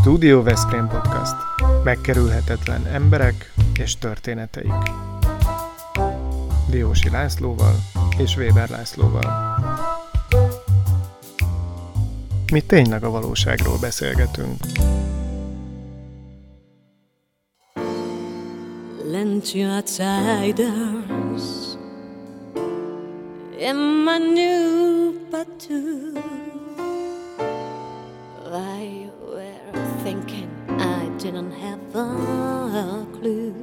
Studio Veszprém Podcast. Megkerülhetetlen emberek és történeteik. Diósi Lászlóval és Weber Lászlóval. Mi tényleg a valóságról beszélgetünk. Lent you outsiders in my new patois. I were thinking I didn't have a clue.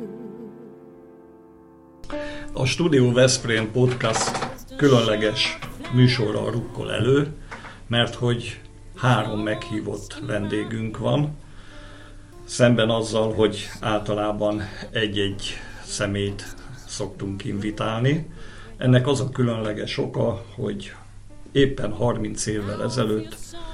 A Studio Veszprém Podcast különleges műsorral rukkol elő, mert hogy 3 meghívott vendégünk van, szemben azzal, hogy általában egy-egy személyt szoktunk invitálni. Ennek az a különleges oka, hogy éppen 30 évvel ezelőtt,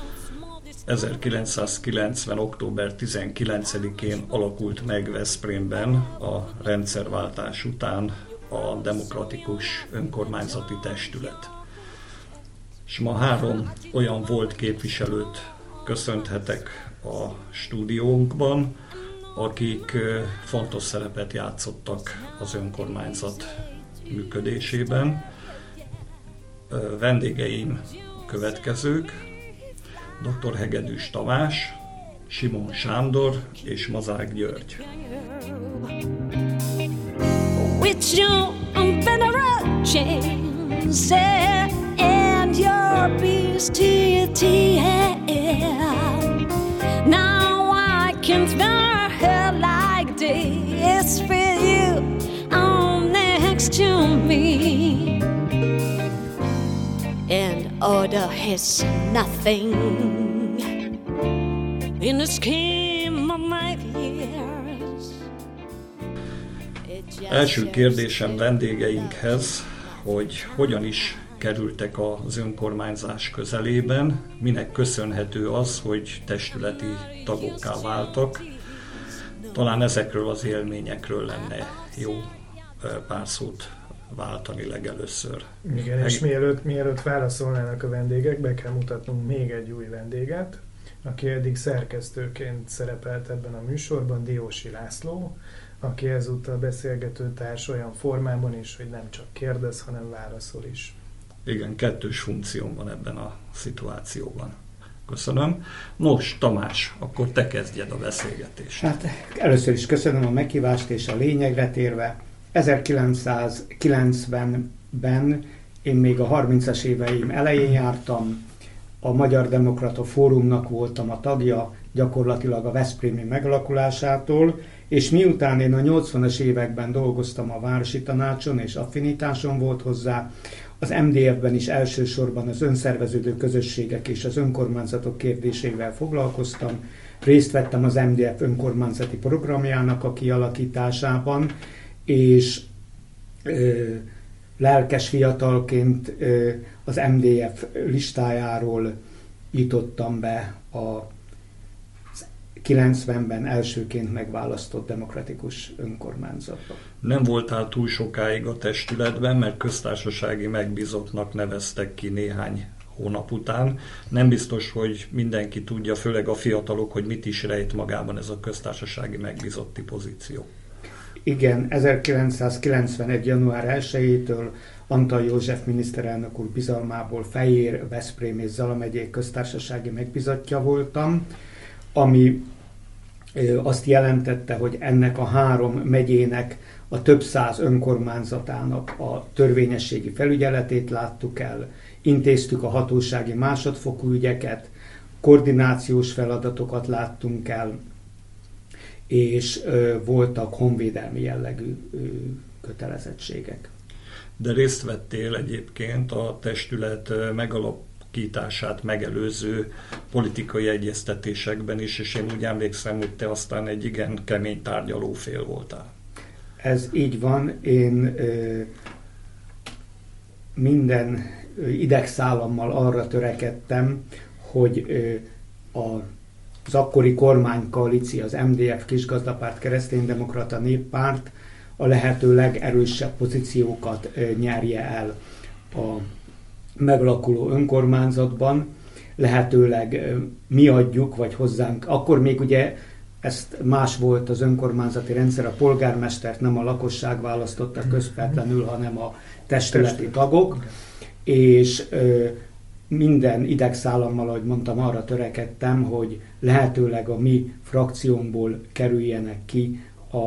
1990. október 19-én alakult meg Veszprémben a rendszerváltás után a Demokratikus Önkormányzati Testület. És ma 3 olyan volt képviselőt köszönhetek a stúdiónkban, akik fontos szerepet játszottak az önkormányzat működésében. Vendégeim következők: dr. Hegedűs Tamás, Simon Sándor és Mazák György. With your better chains and your beastie now I can smell her like this for you on next to me, and order is nothing in the scheme of my years. Első kérdésem vendégeinkhez, hogy hogyan is kerültek az önkormányzás közelében, minek köszönhető az, hogy testületi tagokká váltak. Talán ezekről az élményekről lenne jó pár szót váltani legelőször. Igen, és mielőtt válaszolnának a vendégek, be kell mutatnunk még egy új vendéget, aki eddig szerkesztőként szerepelt ebben a műsorban, Diósi László, aki ezúttal beszélgetőtárs olyan formában is, hogy nem csak kérdez, hanem válaszol is. Igen, 2 funkcióm van ebben a szituációban. Köszönöm. Nos, Tamás, akkor te kezdjed a beszélgetést. Hát először is köszönöm a meghívást, és a lényegre térve. 1990-ben én még a 30-as éveim elején jártam, a Magyar Demokrata Fórumnak voltam a tagja, gyakorlatilag a veszprémi megalakulásától, és miután én a 80-as években dolgoztam a Városi Tanácson, és affinitásom volt hozzá, az MDF-ben is elsősorban az önszerveződő közösségek és az önkormányzatok kérdésével foglalkoztam. Részt vettem az MDF önkormányzati programjának a kialakításában, és lelkes fiatalként az MDF listájáról jutottam be a 90-ben elsőként megválasztott demokratikus önkormányzatba. Nem voltál túl sokáig a testületben, mert köztársasági megbízottnak neveztek ki néhány hónap után. Nem biztos, hogy mindenki tudja, főleg a fiatalok, hogy mit is rejt magában ez a köztársasági megbízotti pozíció. Igen, 1991. január 1-től Antall József miniszterelnök úr bizalmából Fejér, Veszprém és Zala megyék köztársasági megbízottja voltam, ami azt jelentette, hogy ennek a 3 megyének a több száz önkormányzatának a törvényességi felügyeletét láttuk el, intéztük a hatósági másodfokú ügyeket, koordinációs feladatokat láttunk el, és voltak honvédelmi jellegű kötelezettségek. De részt vettél egyébként a testület megalapítását megelőző politikai egyeztetésekben is, és én úgy emlékszem, hogy te aztán egy igen kemény tárgyalófél voltál. Ez így van, én minden idegszálammal arra törekedtem, hogy az akkori kormánykoalíció, az MDF, Kisgazdapárt, Kereszténydemokrata Néppárt a lehető legerősebb pozíciókat nyerje el a megalakuló önkormányzatban. lehetőleg mi adjuk, vagy hozzánk. Akkor még ugye ezt más volt az önkormányzati rendszer, a polgármestert nem a lakosság választotta közvetlenül, hanem a testületi tagok, és minden idegszálammal, ahogy mondtam, arra törekedtem, hogy lehetőleg a mi frakciónkból kerüljenek ki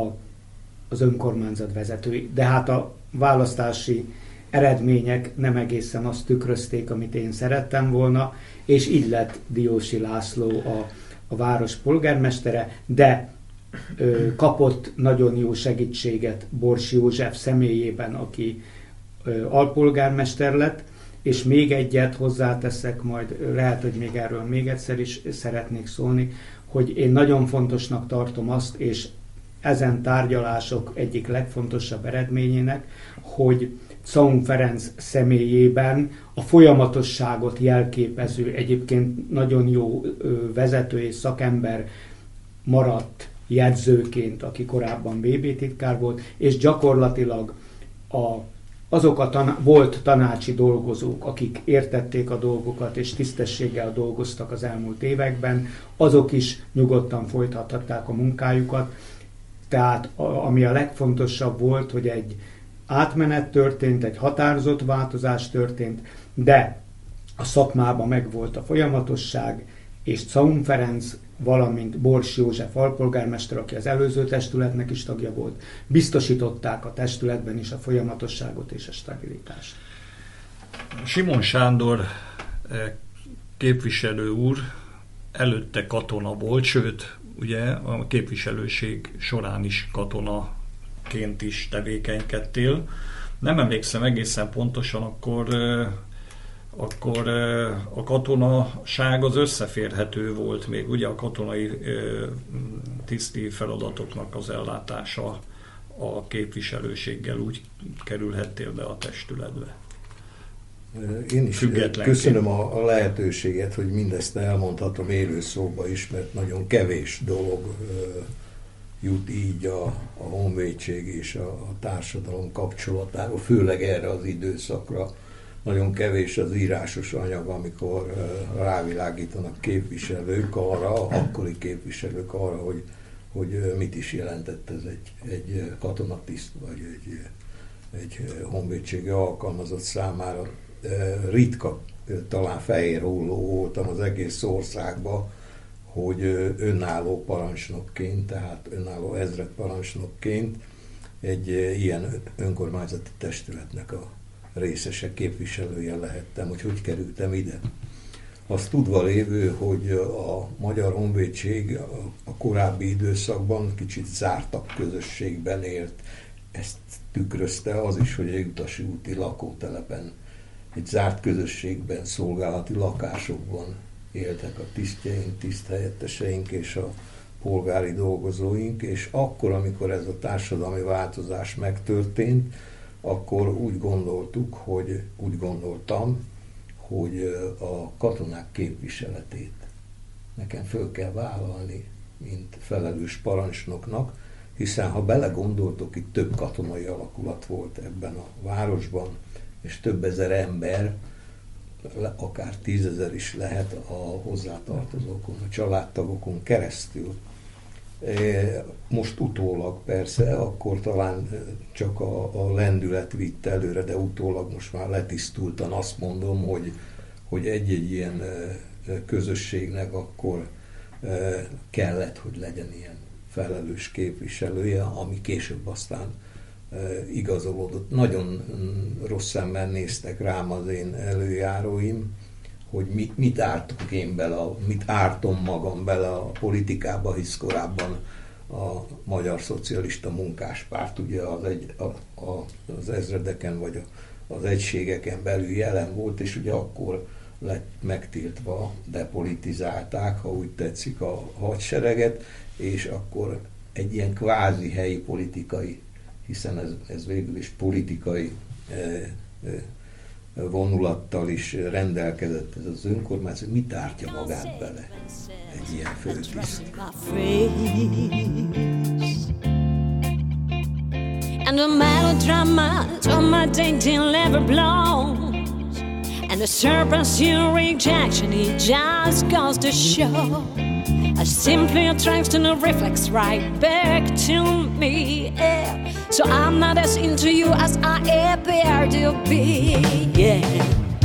az önkormányzat vezetői. De hát a választási eredmények nem egészen azt tükrözték, amit én szerettem volna, és így lett Diósi László a város polgármestere, de kapott nagyon jó segítséget Bors József személyében, aki alpolgármester lett, és még egyet hozzáteszek, majd lehet, hogy még erről még egyszer is szeretnék szólni, hogy én nagyon fontosnak tartom azt, és ezen tárgyalások egyik legfontosabb eredményének, hogy Zaun Ferenc személyében a folyamatosságot jelképező, egyébként nagyon jó vezető és szakember maradt jegyzőként, aki korábban BB titkár volt, és gyakorlatilag azok volt tanácsi dolgozók, akik értették a dolgokat és tisztességgel dolgoztak az elmúlt években, azok is nyugodtan folytathatták a munkájukat. Tehát ami a legfontosabb volt, hogy egy átmenet történt, egy határozott változás történt, de a szakmában megvolt a folyamatosság, és Zaun Ferenc, valamint Bors József alpolgármester, aki az előző testületnek is tagja volt, biztosították a testületben is a folyamatosságot és a stabilitást. Simon Sándor képviselő úr előtte katona volt, sőt, ugye a képviselőség során is katonaként is tevékenykedtél. Nem emlékszem egészen pontosan, akkor a katonaság az összeférhető volt még, ugye a katonai tiszti feladatoknak az ellátása a képviselőséggel, úgy kerülhettél be a testületbe. Én is köszönöm a lehetőséget, hogy mindezt elmondhatom élő szóba is, mert nagyon kevés dolog jut így a honvédség és a társadalom kapcsolatáról, főleg erre az időszakra. Nagyon kevés az írásos anyag, amikor rávilágítanak képviselők arra, akkori képviselők arra, hogy mit is jelentett ez egy katonatiszt, vagy egy honvédségi alkalmazott számára. Ritka, talán fehér olló voltam az egész országban, hogy önálló parancsnokként, tehát önálló ezredparancsnokként egy ilyen önkormányzati testületnek a részese, képviselője lehettem, hogy kerültem ide. Azt tudva lévő, hogy a Magyar Honvédség a korábbi időszakban kicsit zártabb közösségben élt. Ezt tükrözte az is, hogy egy utasi úti lakótelepen, egy zárt közösségben, szolgálati lakásokban éltek a tisztjeink, tiszthelyetteseiink és a polgári dolgozóink, és akkor, amikor ez a társadalmi változás megtörtént, akkor úgy gondoltam, hogy a katonák képviseletét nekem föl kell vállalni, mint felelős parancsnoknak, hiszen ha belegondoltok, itt több katonai alakulat volt ebben a városban, és több ezer ember, akár 10 000 is lehet a hozzátartozókon, a családtagokon keresztül. Most utólag persze, akkor talán csak a lendület vitt előre, de utólag most már letisztultan azt mondom, hogy egy-egy ilyen közösségnek akkor kellett, hogy legyen ilyen felelős képviselője, ami később aztán igazolódott. Nagyon rossz szemmel néztek rám az én előjáróim, hogy mit ártok én bele, mit ártom magam bele a politikába, hisz korábban a Magyar Szocialista Munkáspárt ugye az ezredeken vagy az egységeken belül jelen volt, és ugye akkor lett megtiltva, depolitizálták, ha úgy tetszik, a hadsereget, és akkor egy ilyen kvázi helyi politikai, hiszen ez végül is politikai vonulattal is rendelkezett ez az önkormányzat, mit ártja magát bele egy ilyen főtiszt. And the melodrama on my dainty leather blows. And the serpent's your rejection, it just goes to show. I simply attracts to the reflex right back to me, yeah. So I'm not as into you as I appear to be, yeah.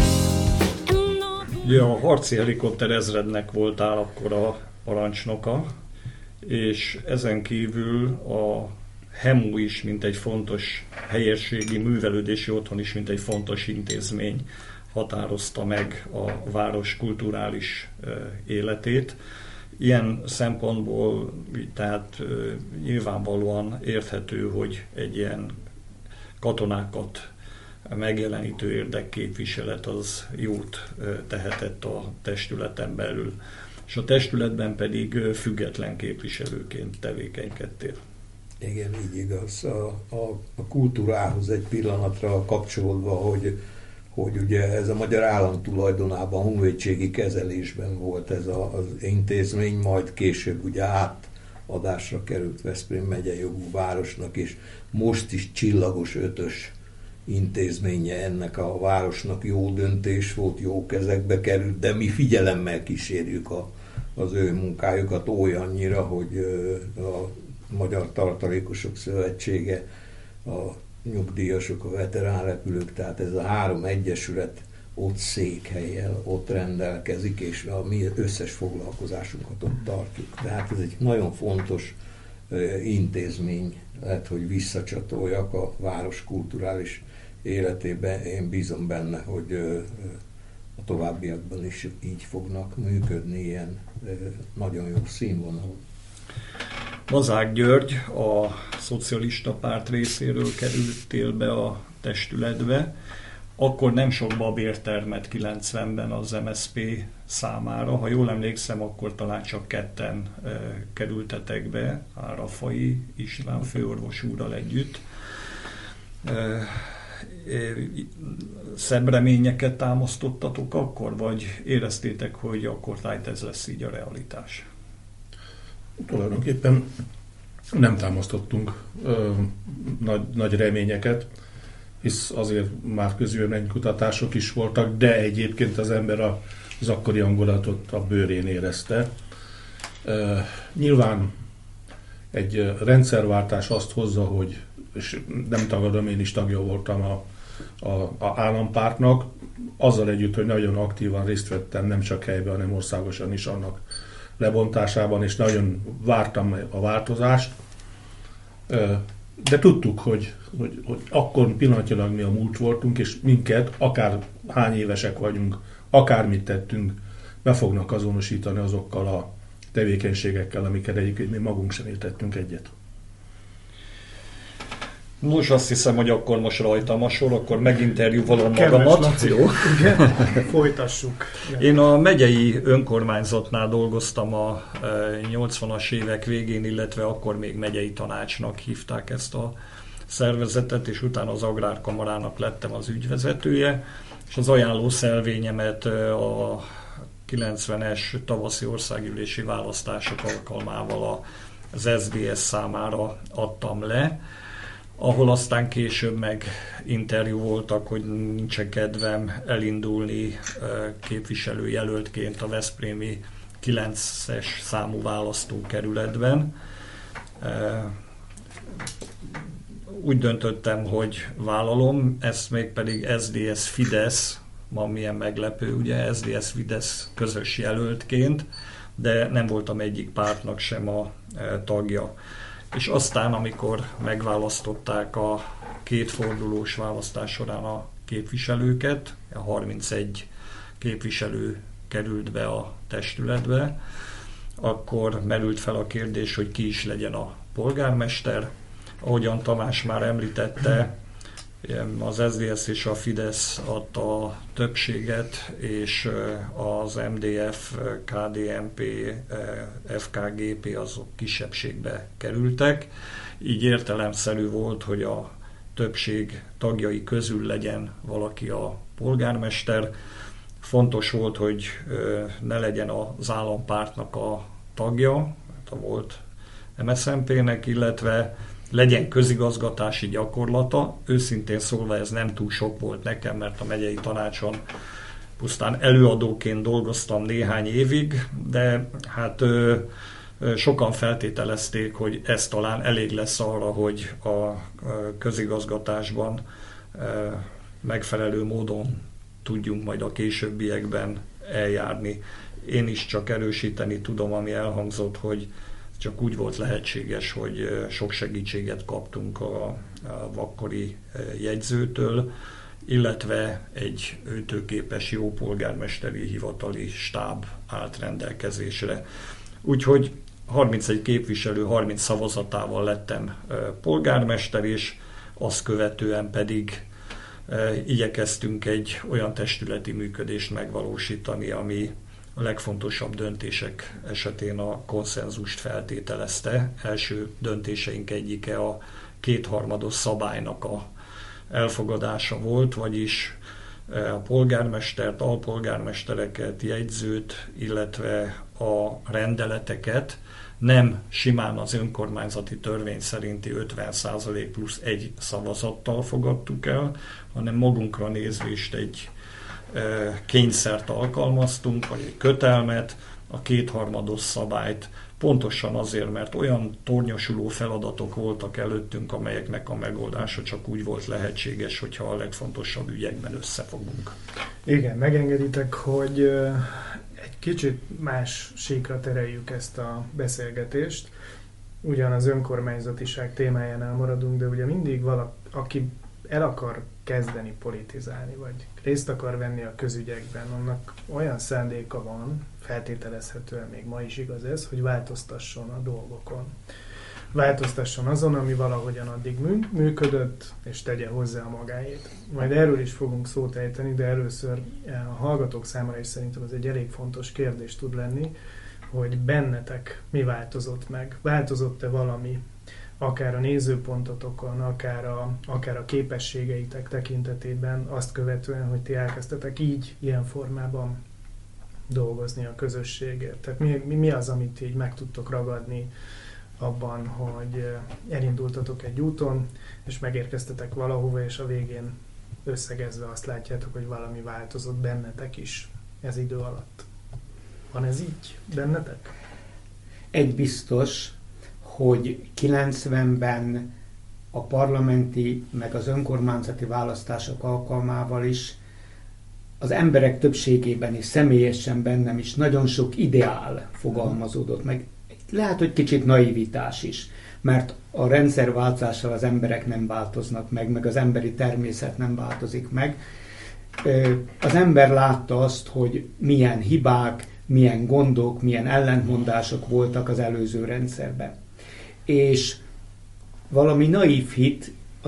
Ja, a harci helikopter ezrednek voltál akkor a parancsnoka, és ezen kívül a HEMU is, mint egy fontos helyérségi művelődési otthon is, mint egy fontos intézmény határozta meg a város kulturális életét. Ilyen szempontból tehát nyilvánvalóan érthető, hogy egy ilyen katonákat megjelenítő érdekképviselet az jót tehetett a testületen belül, és a testületben pedig független képviselőként tevékenykedtél. Igen, így igaz. A kultúrához egy pillanatra kapcsolódva, hogy ugye ez a magyar állam tulajdonában, honvédségi kezelésben volt ez az intézmény, majd később ugye átadásra került Veszprém megye jogú városnak, és most is csillagos 5-ös intézménye ennek a városnak. Jó döntés volt, jó kezekbe került, de mi figyelemmel kísérjük az ő munkájukat olyannyira, hogy a Magyar Tartalékosok Szövetsége, a nyugdíjasok, a veteránrepülők, tehát ez a 3 egyesület ott székhellyel, ott rendelkezik, és a mi összes foglalkozásunkat ott tartjuk. Tehát ez egy nagyon fontos intézmény, lehet, hogy visszacsatoljak a város kulturális életébe. Én bízom benne, hogy a továbbiakban is így fognak működni, ilyen nagyon jó színvonalon. Mazák György, a Szocialista Párt részéről kerültél be a testületbe. Akkor nem sok babér termett 90-ben az MSZP számára. Ha jól emlékszem, akkor talán csak 2-en kerültetek be, Árafai István főorvos úrral együtt. Szebb reményeket támasztottatok akkor, vagy éreztétek, hogy akkor tájt ez lesz így a realitás? Tulajdonképpen nem támasztottunk nagy reményeket, hisz azért már közvéleménykutatások is voltak, de egyébként az ember az akkori hangulatot a bőrén érezte. Nyilván egy rendszerváltás azt hozza, hogy, és nem tagadom, én is tagja voltam a állampártnak, azzal együtt, hogy nagyon aktívan részt vettem nem csak helyben, hanem országosan is annak lebontásában, és nagyon vártam a változást. De tudtuk, hogy akkor pillanatilag mi a múlt voltunk, és minket, akár hány évesek vagyunk, akármit tettünk, be fognak azonosítani azokkal a tevékenységekkel, amiket egyébként mi magunk sem értettünk egyet. Nos, azt hiszem, hogy akkor most rajtam a sor, akkor meginterjúvalom magamat. Jó? Igen, folytassuk. Igen. Én a megyei önkormányzatnál dolgoztam a 80-as évek végén, illetve akkor még megyei tanácsnak hívták ezt a szervezetet, és utána az Agrárkamarának lettem az ügyvezetője, és az ajánló szelvényemet a 90-es tavaszi országgyűlési választások alkalmával az SZDSZ számára adtam le, ahol aztán később meg interjú voltak, hogy nincsen kedvem elindulni képviselőjelöltként a veszprémi 9-es számú választókerületben. Úgy döntöttem, hogy vállalom, ezt még pedig SZDSZ-Fidesz, ma milyen meglepő, ugye, SZDSZ-Fidesz közös jelöltként, de nem voltam egyik pártnak sem a tagja. És aztán, amikor megválasztották a kétfordulós választás során a képviselőket, a 31 képviselő került be a testületbe, akkor merült fel a kérdés, hogy ki is legyen a polgármester. Ahogyan Tamás már említette, az SZDSZ és a Fidesz adta a többséget, és az MDF, KDNP, FKGP azok kisebbségbe kerültek. Így értelemszerű volt, hogy a többség tagjai közül legyen valaki a polgármester. Fontos volt, hogy ne legyen az állampártnak a tagja, a volt MSZNP-nek, illetve legyen közigazgatási gyakorlata. Őszintén szólva ez nem túl sok volt nekem, mert a megyei tanácson pusztán előadóként dolgoztam néhány évig, de hát sokan feltételezték, hogy ez talán elég lesz arra, hogy a közigazgatásban megfelelő módon tudjunk majd a későbbiekben eljárni. Én is csak erősíteni tudom, ami elhangzott, hogy csak úgy volt lehetséges, hogy sok segítséget kaptunk a vakkori jegyzőtől, illetve egy ütőképes jó polgármesteri hivatali stáb állt rendelkezésre. Úgyhogy 31 képviselő 30 szavazatával lettem polgármester, és azt követően pedig igyekeztünk egy olyan testületi működést megvalósítani, ami a legfontosabb döntések esetén a konszenzust feltételezte. Első döntéseink egyike a 2/3 szabálynak a elfogadása volt, vagyis a polgármestert, alpolgármestereket, jegyzőt, illetve a rendeleteket nem simán az önkormányzati törvény szerinti 50% plusz 1 szavazattal fogadtuk el, hanem magunkra nézvést egy kényszert alkalmaztunk, vagy egy kötelmet, a 2/3 szabályt, pontosan azért, mert olyan tornyosuló feladatok voltak előttünk, amelyeknek a megoldása csak úgy volt lehetséges, hogyha a legfontosabb ügyekben összefogunk. Igen, megengeditek, hogy egy kicsit más síkra tereljük ezt a beszélgetést. Ugyan az önkormányzatiság témájánál maradunk, de ugye mindig aki el akar kezdeni politizálni, vagy részt akar venni a közügyekben, annak olyan szándéka van, feltételezhetően még ma is igaz ez, hogy változtasson a dolgokon. Változtasson azon, ami valahogyan addig működött, és tegye hozzá a magáét. Majd erről is fogunk szót ejteni, de először a hallgatók számára is szerintem ez egy elég fontos kérdés tud lenni, hogy bennetek mi változott meg? Változott-e valami, akár a nézőpontotokon, akár a képességeitek tekintetében azt követően, hogy ti elkezdtetek így, ilyen formában dolgozni a közösségért? Tehát mi az, amit így meg tudtok ragadni abban, hogy elindultatok egy úton, és megérkeztetek valahova, és a végén összegezve azt látjátok, hogy valami változott bennetek is ez idő alatt. Van ez így bennetek? Egy biztos, hogy 90-ben a parlamenti, meg az önkormányzati választások alkalmával is az emberek többségében és személyesen bennem is nagyon sok ideál fogalmazódott meg. Lehet, hogy kicsit naivitás is, mert a rendszerváltással az emberek nem változnak meg az emberi természet nem változik meg. Az ember látta azt, hogy milyen hibák, milyen gondok, milyen ellentmondások voltak az előző rendszerben. És valami naív hit,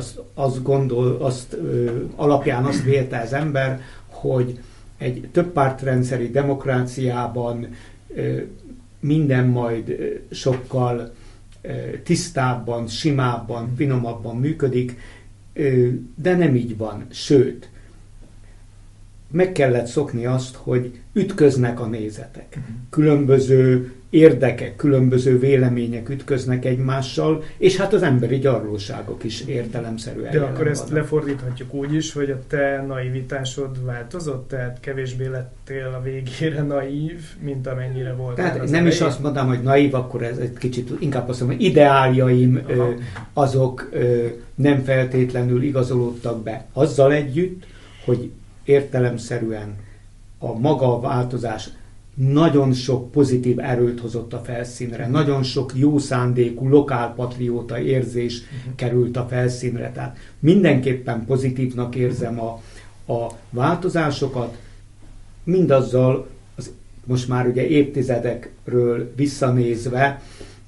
alapján azt vélte az ember, hogy egy többpártrendszeri demokráciában minden majd sokkal tisztábban, simábban, finomabban működik, de nem így van. Sőt, meg kellett szokni azt, hogy ütköznek a nézetek. Különböző érdekek, különböző vélemények ütköznek egymással, és hát az emberi gyarlóságok is értelemszerűen. De akkor ezt lefordíthatjuk úgy is, hogy a te naivitásod változott? Tehát kevésbé lettél a végére naív, mint amennyire volt. Tehát nem elején. Is azt mondom, hogy naív, akkor ez egy kicsit, inkább azt mondom, hogy ideáljaim azok nem feltétlenül igazolódtak be. Azzal együtt, hogy értelemszerűen a maga változás nagyon sok pozitív erőt hozott a felszínre, nagyon sok jó szándékú, lokálpatrióta érzés került a felszínre. Tehát mindenképpen pozitívnak érzem a változásokat, mindazzal, most már ugye évtizedekről visszanézve,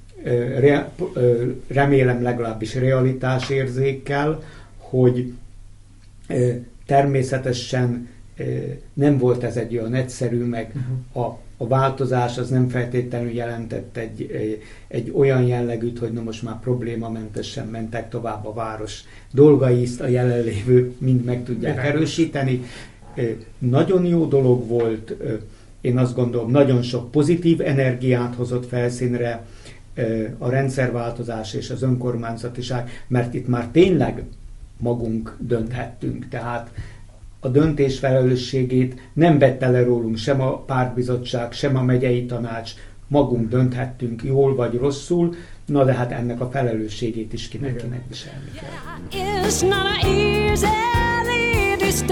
remélem legalábbis realitásérzékkel, hogy természetesen nem volt ez egy olyan egyszerű, meg a változás az nem feltétlenül jelentett egy olyan jellegűt, hogy most már problémamentesen mentek tovább a város dolgai, a jelenlévő mind meg tudják erősíteni. Nagyon jó dolog volt, én azt gondolom, nagyon sok pozitív energiát hozott felszínre a rendszerváltozás és az önkormányzatiság, mert itt már tényleg magunk dönthettünk, tehát a döntés felelősségét nem vette le rólunk sem a pártbizottság, sem a megyei tanács, magunk dönthettünk jól vagy rosszul, na de hát ennek a felelősségét is kinek viselni kell. It's not easily disturbed.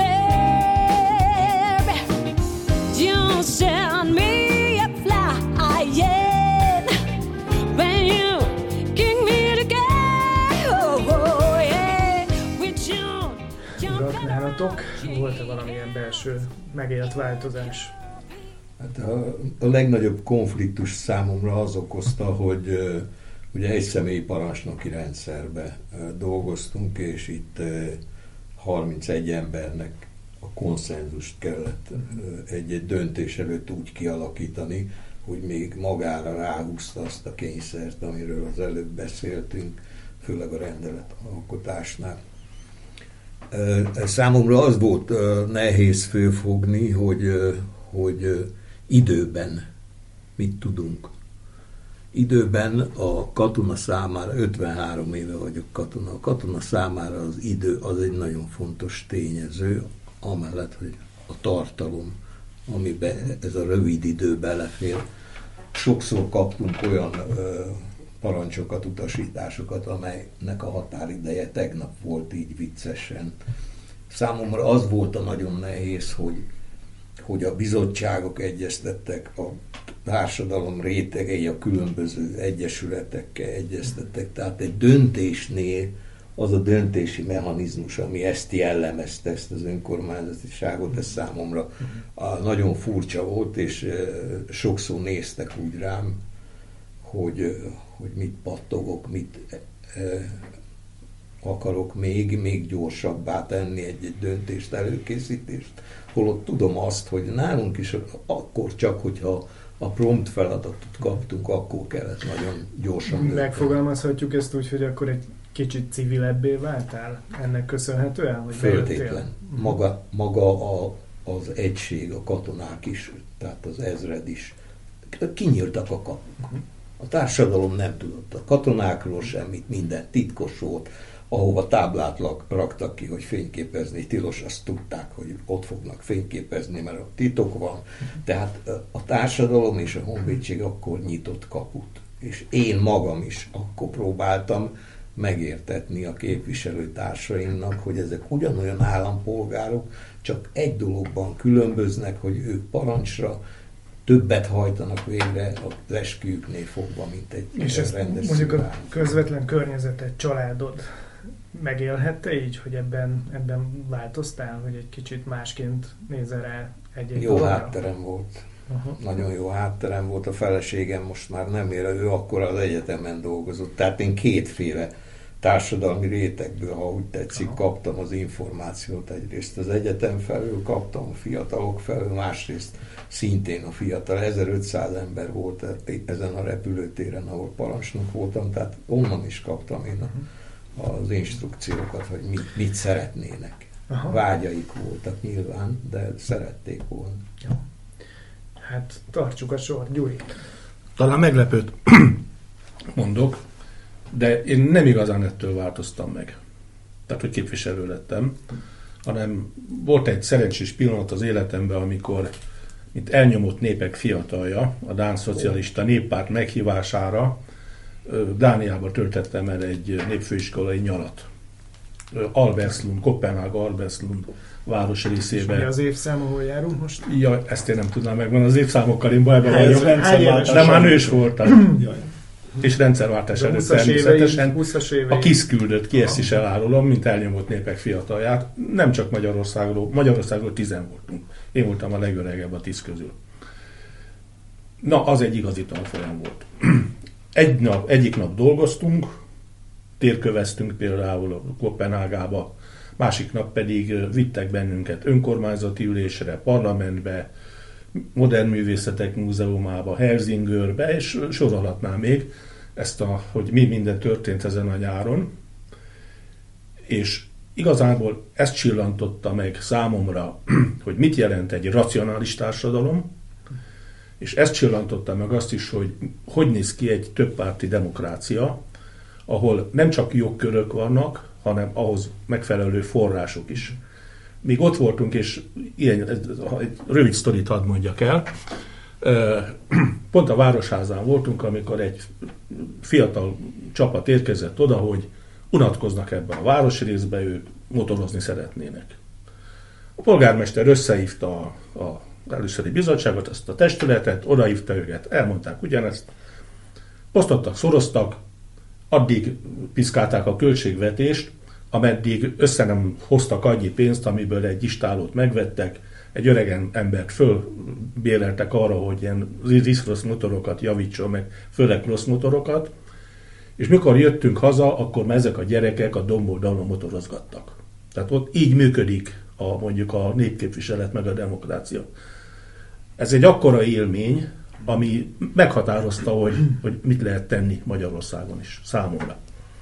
You send me a flying when you kick me to go, yeah. With you. Urak, nálatok volt-e valamilyen belső megélt változás? Hát a legnagyobb konfliktus számomra az okozta, hogy ugye egy személyi parancsnoki rendszerbe dolgoztunk, és itt 31 embernek a konszenzust kellett egy döntés előtt úgy kialakítani, hogy még magára ráhúzta azt a kényszert, amiről az előbb beszéltünk, főleg a rendeletalkotásnál. Számomra az volt nehéz fölfogni, hogy időben mit tudunk. Időben a katona számára, 53 éve vagyok katona, a katona számára az idő az egy nagyon fontos tényező, amellett, hogy a tartalom, amiben ez a rövid idő belefér. Sokszor kaptunk olyan parancsokat, utasításokat, amelynek a határideje tegnap volt, így viccesen. Számomra az volt a nagyon nehéz, hogy a bizottságok egyeztettek, a társadalom rétegei a különböző egyesületekkel egyeztettek. Tehát egy döntésnél az a döntési mechanizmus, ami ezt jellemezte, ezt az önkormányzatiságot, ez számomra nagyon furcsa volt, és sokszor néztek úgy rám, hogy mit pattogok, mit akarok még gyorsabbá tenni egy döntést, előkészítést. Holott tudom azt, hogy nálunk is akkor csak, hogyha a prompt feladatot kaptunk, akkor kellett nagyon gyorsan dönteni. Megfogalmazhatjuk ezt úgy, hogy akkor egy kicsit civilebbé váltál ennek köszönhetően? Hogy föltétlen. Maga az egység, a katonák is, tehát az ezred is. Kinyíltak a kapuk. A társadalom nem tudott a katonákról semmit, minden titkos volt. Ahova táblát raktak ki, hogy fényképezni tilos, azt tudták, hogy ott fognak fényképezni, mert a titok van. Tehát a társadalom és a honvédség akkor nyitott kaput. És én magam is akkor próbáltam megértetni a képviselőtársaimnak, hogy ezek ugyanolyan állampolgárok, csak egy dologban különböznek, hogy ők parancsra többet hajtanak végre az esküjüknél fogva, mint egy és ezt mondjuk a közvetlen környezeted, családod megélhette így, hogy ebben változtál, hogy egy kicsit másként nézel rá egy-egy jó dologra? Hátterem volt. Nagyon jó hátterem volt. A feleségem most már nem él, ő akkor az egyetemen dolgozott. Tehát én kétféle társadalmi rétegből, ha úgy tetszik, kaptam az információt. Egyrészt az egyetem felől kaptam, a fiatalok felől, másrészt szintén a fiatal. 1500 ember volt ezen a repülőtéren, ahol parancsnok voltam, tehát onnan is kaptam én az instrukciókat, hogy mit szeretnének. Vágyaik voltak nyilván, de szerették volna. Jó. Hát tartsuk a sort, Gyuri. Talán meglepőt mondok, de én nem igazán ettől változtam meg. Tehát, hogy képviselő lettem, hanem volt egy szerencsés pillanat az életemben, amikor, mint elnyomott népek fiatalja, a Dán Szocialista Néppárt meghívására Dániába töltettem el egy népfőiskolai nyarat. Alberslund, Kopenhága Alberslund városrészébe. És mi az évszám, ahol járunk most? Ja, ezt én nem tudnám megmondani. Az évszámokkal én bajban vagyok. De már nős voltam. És rendszerváltás előtt természetesen. A KISZ küldött ki, ezt is elárulom, mint elnyomott népek fiatalját. Nem csak Magyarországról 10 voltunk. Én voltam a legöregebb a 10 közül. Na, az egy igazi tanfolyam volt. Egyik nap dolgoztunk, térköveztünk például Kopenhágába, másik nap pedig vittek bennünket önkormányzati ülésre, parlamentbe, Modern Művészetek Múzeumába, Helsingörbe, és sorolhatnám még ezt, hogy mi minden történt ezen a nyáron. És igazából ezt csillantotta meg számomra, hogy mit jelent egy racionális társadalom, és ezt csillantotta meg azt is, hogy néz ki egy többpárti demokrácia, ahol nem csak jogkörök vannak, hanem ahhoz megfelelő források is. még ott voltunk, és egy rövid sztorit hadd mondjak el. Pont a Városházán voltunk, amikor egy fiatal csapat érkezett oda, hogy unatkoznak ebben a városrészben, ők motorozni szeretnének. A polgármester összehívta az előszöri bizottságot, ezt a testületet, odahívta őket, elmondták ugyanezt, osztottak, szoroztak, addig piszkálták a költségvetést, ameddig össze nem hoztak annyi pénzt, amiből egy istálót megvettek, egy öreg embert fölbéreltek arra, hogy ilyen rossz motorokat javítson meg, főleg rossz motorokat, és mikor jöttünk haza, akkor ezek a gyerekek a domboldalon motorozgattak. Tehát ott így működik mondjuk a népképviselet meg a demokrácia. Ez egy akkora élmény, ami meghatározta, hogy mit lehet tenni Magyarországon is számomra.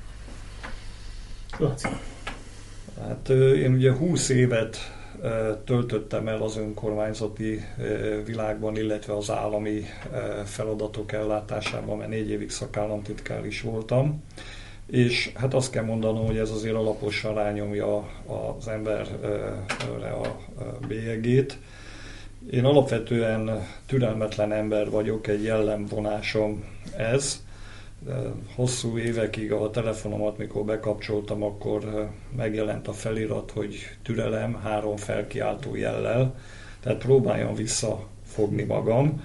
Laci. Hát én ugye 20 évet töltöttem el az önkormányzati világban, illetve az állami feladatok ellátásában, mert 4 évig szakállamtitkár is voltam. És hát azt kell mondanom, hogy ez azért alaposan rányomja az emberre a bélyegét. Én alapvetően türelmetlen ember vagyok, egy jellemvonásom ez. Hosszú évekig a telefonomat, mikor bekapcsoltam, akkor megjelent a felirat, hogy türelem 3 felkiáltó jellel, tehát próbáljam visszafogni magam.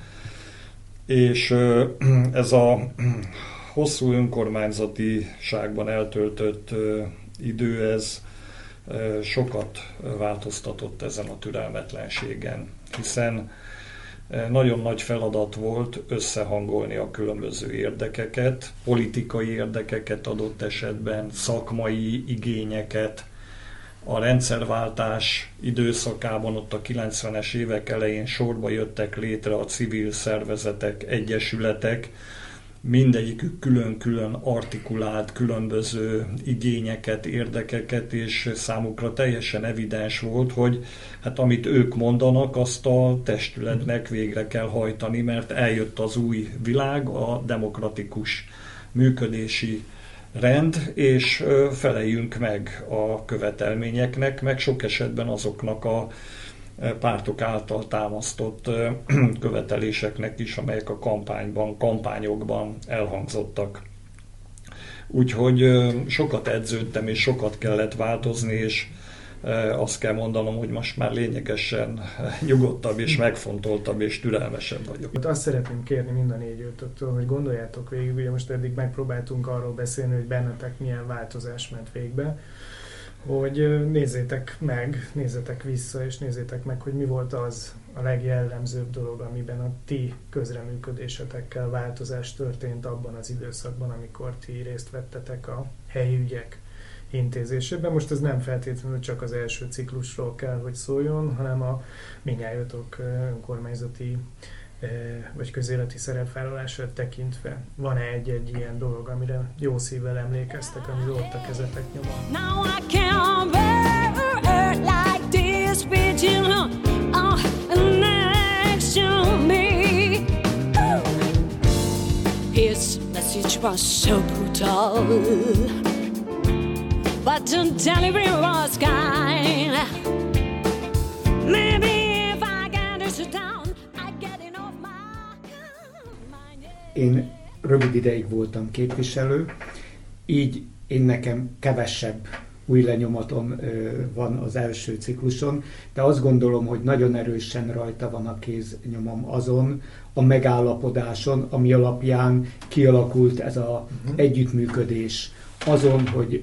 És ez a hosszú önkormányzatiságban eltöltött idő, ez sokat változtatott ezen a türelmetlenségen, hiszen nagyon nagy feladat volt összehangolni a különböző érdekeket, politikai érdekeket adott esetben, szakmai igényeket. A rendszerváltás időszakában, ott a 90-es évek elején sorba jöttek létre a civil szervezetek, egyesületek, mindegyikük külön-külön artikulált különböző igényeket, érdekeket, és számukra teljesen evidens volt, hogy hát amit ők mondanak, azt a testületnek végre kell hajtani, mert eljött az új világ, a demokratikus működési rend, és feleljünk meg a követelményeknek, meg sok esetben azoknak a pártok által támasztott követeléseknek is, amelyek a kampányokban elhangzottak. Úgyhogy sokat edződtem, és sokat kellett változni, és azt kell mondanom, hogy most már lényegesen nyugodtabb, és megfontoltabb, és türelmesebb vagyok. Azt szeretném kérni mind a 4-5-től, hogy gondoljátok végig, ugye most eddig megpróbáltunk arról beszélni, hogy bennetek milyen változás ment végbe, hogy nézzétek vissza, és nézzétek meg, hogy mi volt az a legjellemzőbb dolog, amiben a ti közreműködésetekkel változás történt abban az időszakban, amikor ti részt vettetek a helyi ügyek intézésében. Most ez nem feltétlenül csak az első ciklusról kell, hogy szóljon, hanem a mindnyájatok önkormányzati vagy közéleti szerepvállalását tekintve. Van-e egy ilyen dolog, amire jó szívvel emlékeztek, amiről ott a kezetek nyomon? Now I can't bear like this bitch, next to me. His message was so brutal, but the delivery was kind. Maybe if I get it down, Én rövid ideig voltam képviselő, így én nekem kevesebb új lenyomatom van az első cikluson, de azt gondolom, hogy nagyon erősen rajta van a kéznyomom azon a megállapodáson, ami alapján kialakult ez az együttműködés. Azon, hogy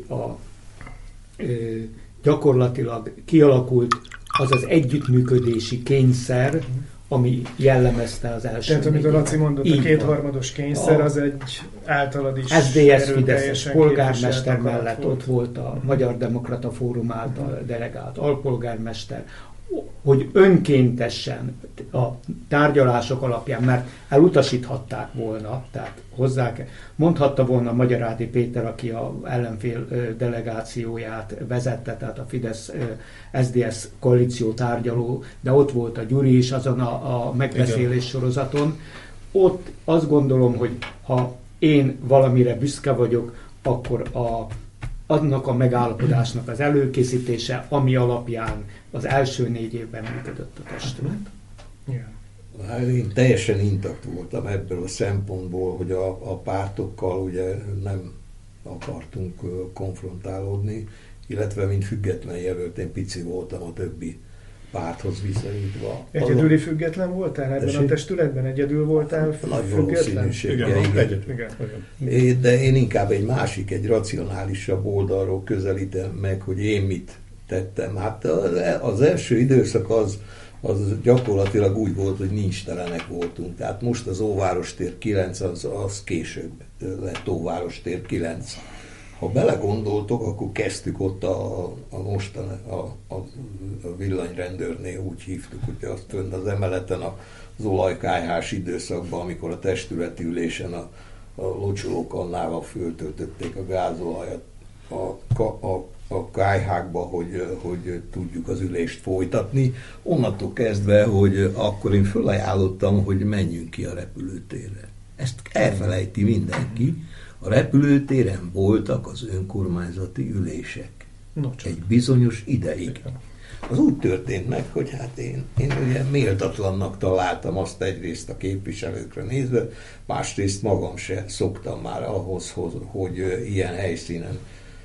gyakorlatilag kialakult az az együttműködési kényszer, ami jellemezte az első. Tehát amit a Laci mondott, a kétharmados kényszer, az egy általad is SZDSZ Fideszes polgármester mellett ott volt a Magyar Demokrata Fórum által delegált alpolgármester, hogy önkéntesen a tárgyalások alapján, mert elutasíthatták volna, tehát mondhatta volna Magyar Ádi Péter, aki az ellenfél delegációját vezette, tehát a Fidesz-SZDSZ koalíció tárgyaló, de ott volt a Gyuri is azon a megbeszélés sorozaton. Ott azt gondolom, hogy ha én valamire büszke vagyok, akkor annak a megállapodásnak az előkészítése, ami alapján az első 4 évben működött a testület. Yeah. Én teljesen intakt voltam ebből a szempontból, hogy a pártokkal ugye nem akartunk konfrontálódni, illetve mint független jelölt, én pici voltam a többi párthoz viszonyítva. Egyedüli független voltál ebben a testületben? Egyedül voltál nagy független? Igen. De én inkább egy racionálisabb oldalról közelítem meg, hogy én mit tettem. Hát az első időszak az gyakorlatilag úgy volt, hogy nincs telenek voltunk. Tehát most az Óvárostér 9 az később lett Óvárostér 9. Ha belegondoltok, akkor kezdtük ott a mostani, a villanyrendőrnél, úgy hívtuk, hogy azt fönn az emeleten az olajkályhás időszakban, amikor a testületi ülésen a locsolókannával föltöltötték a gázolajat a kályhákba, hogy tudjuk az ülést folytatni. Onnantól kezdve, hogy akkor én fölajánlottam, hogy menjünk ki a repülőtérre. Ezt elfelejti mindenki. A repülőtéren voltak az önkormányzati ülések. Egy bizonyos ideig. Az úgy történt meg, hogy hát én ugye méltatlannak találtam azt egyrészt a képviselőkre nézve, másrészt magam se szoktam már ahhoz, hogy ilyen helyszínen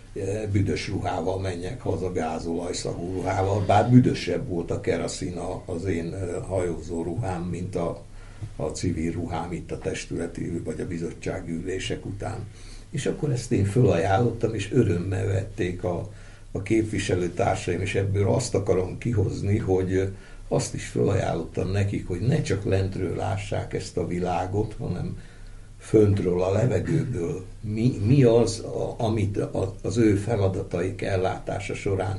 büdös ruhával menjek haza, gázolajszagú ruhával, bár büdösebb volt a keraszín az én hajózó ruhám, mint a civil ruhám itt a testületi vagy a bizottsági ülések után. És akkor ezt én fölajánlottam, és örömmel vették a képviselőtársaim, és ebből azt akarom kihozni, hogy azt is fölajánlottam nekik, hogy ne csak lentről lássák ezt a világot, hanem föntről, a levegőből. Mi az, amit az ő feladataik ellátása során,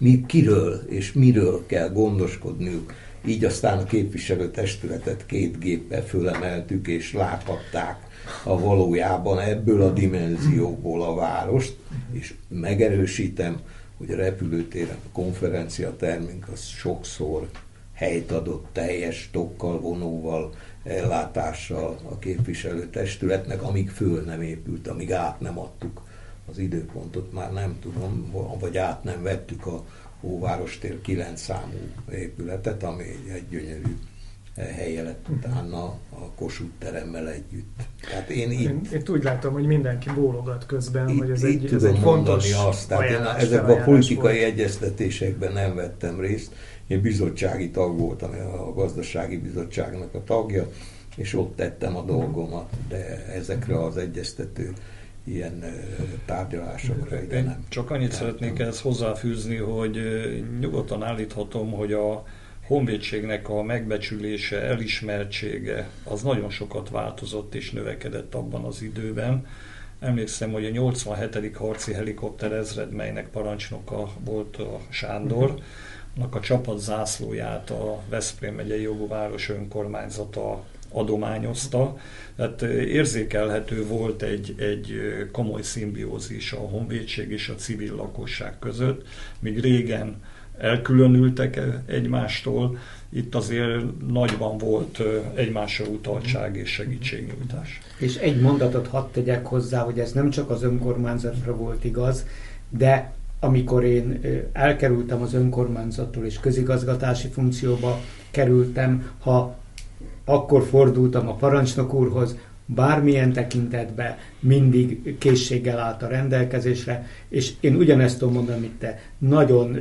kiről és miről kell gondoskodniuk. Így aztán a képviselőtestületet 2 géppel fölemeltük, és láthatták a valójában ebből a dimenzióból a várost, és megerősítem, hogy a repülőtéren a konferenciatermünk az sokszor helyt adott teljes tokkal, vonóval, ellátással a képviselőtestületnek, amíg föl nem épült, amíg át nem adtuk az időpontot, már nem tudom, vagy át nem vettük a Óvárostér 9 számú épületet, ami egy gyönyörű helye lett utána a Kossuth teremmel együtt. Tehát én úgy látom, hogy mindenki bólogat közben, hogy ez egy fontos ajánlás. Ezekben a politikai egyeztetésekben nem vettem részt. Én bizottsági tag voltam, a gazdasági bizottságnak a tagja, és ott tettem a dolgomat, de ezekre az egyeztető ilyen tárgyalásokra ide nem. Csak annyit szeretnék ehhez hozzáfűzni, hogy nyugodtan állíthatom, hogy a honvédségnek a megbecsülése, elismertsége az nagyon sokat változott és növekedett abban az időben. Emlékszem, hogy a 87. harci helikopter ezred, melynek parancsnoka volt a Sándor, a csapat zászlóját a Veszprém megyei jogú város önkormányzata adományozta. Tehát érzékelhető volt egy komoly szimbiózis a honvédség és a civil lakosság között, míg régen elkülönültek egymástól, itt azért nagyban volt egymásra utaltság és segítségnyújtás. És egy mondatot hadd tegyek hozzá, hogy ez nem csak az önkormányzatra volt igaz, de amikor én elkerültem az önkormányzattól és közigazgatási funkcióba kerültem, ha akkor fordultam a parancsnok úrhoz, bármilyen tekintetben mindig készséggel állt a rendelkezésre, és én ugyanezt tudom mondani, amit te. Nagyon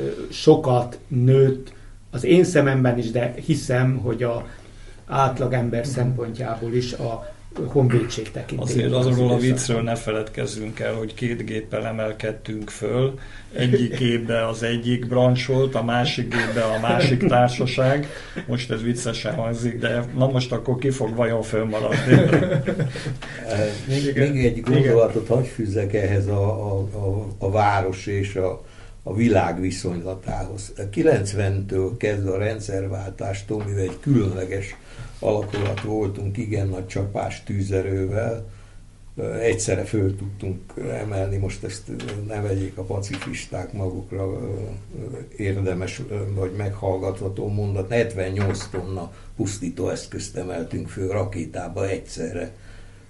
sokat nőtt az én szememben is, de hiszem, hogy a átlagember szempontjából is a honvédség tekintében. Azért azról a viccről ne feledkezzünk el, hogy 2 géppel emelkedtünk föl. Egyik gépbe az egyik brancs volt, a másik gépbe a másik társaság. Most ez viccesen hangzik, de na most akkor ki fog vajon fölmaradni? Még egy gondolatot hadd fűzzek ehhez a város és a világ viszonylatához. 90-től kezdve a rendszerváltástól, mivel egy különleges alakulat voltunk, igen nagy csapás tűzerővel, egyszerre föl tudtunk emelni, most ezt ne vegyék a pacifisták magukra érdemes vagy meghallgatható mondat, 78 tonna pusztító eszközt emeltünk föl rakétába egyszerre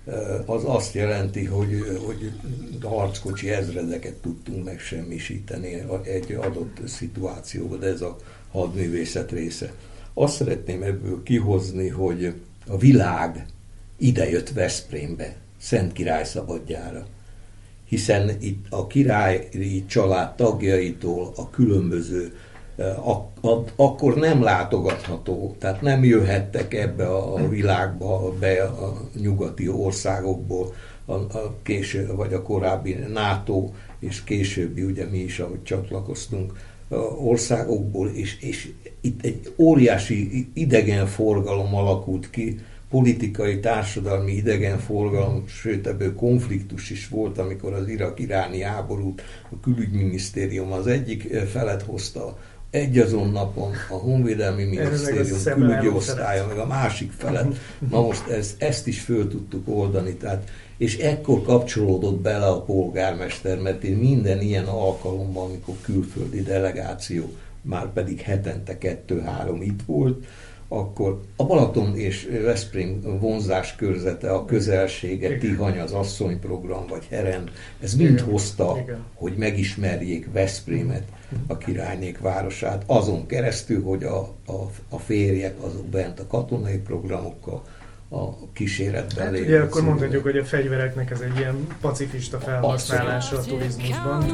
az azt jelenti, hogy harckocsi ezredeket tudtunk megsemmisíteni egy adott szituációban, de ez a hadművészet része. Azt szeretném ebből kihozni, hogy a világ idejött Veszprémbe, Szent Király szabadjára, hiszen itt a királyi család tagjaitól a különböző akkor nem látogatható, tehát nem jöhettek ebbe a világba be a nyugati országokból, a késő, vagy a korábbi NATO és későbbi, ugye mi is, ahogy csatlakoztunk, országokból, és itt egy óriási idegenforgalom alakult ki, politikai, társadalmi idegenforgalom, sőt ebből konfliktus is volt, amikor az irak-iráni háborút a külügyminisztérium az egyik felet hozta, egyazon napon a Honvédelmi Minisztérium külügyi osztálya, meg a másik felet. Na most ezt is föl tudtuk oldani, tehát, és ekkor kapcsolódott bele a polgármester, mert én minden ilyen alkalommal, amikor külföldi delegáció, már pedig hetente 2-3 itt volt, akkor a Balaton és Veszprém vonzás körzete, a közelsége, Tihany, az asszonyprogram, vagy Heren, ez mind hozta, hogy megismerjék Veszprémet, a királynék városát, azon keresztül, hogy a férjek azok bent a katonai programokkal a kíséretben lévő. Ugye akkor mondhatjuk, hogy a fegyvereknek ez egy ilyen pacifista felhasználása a turizmusban.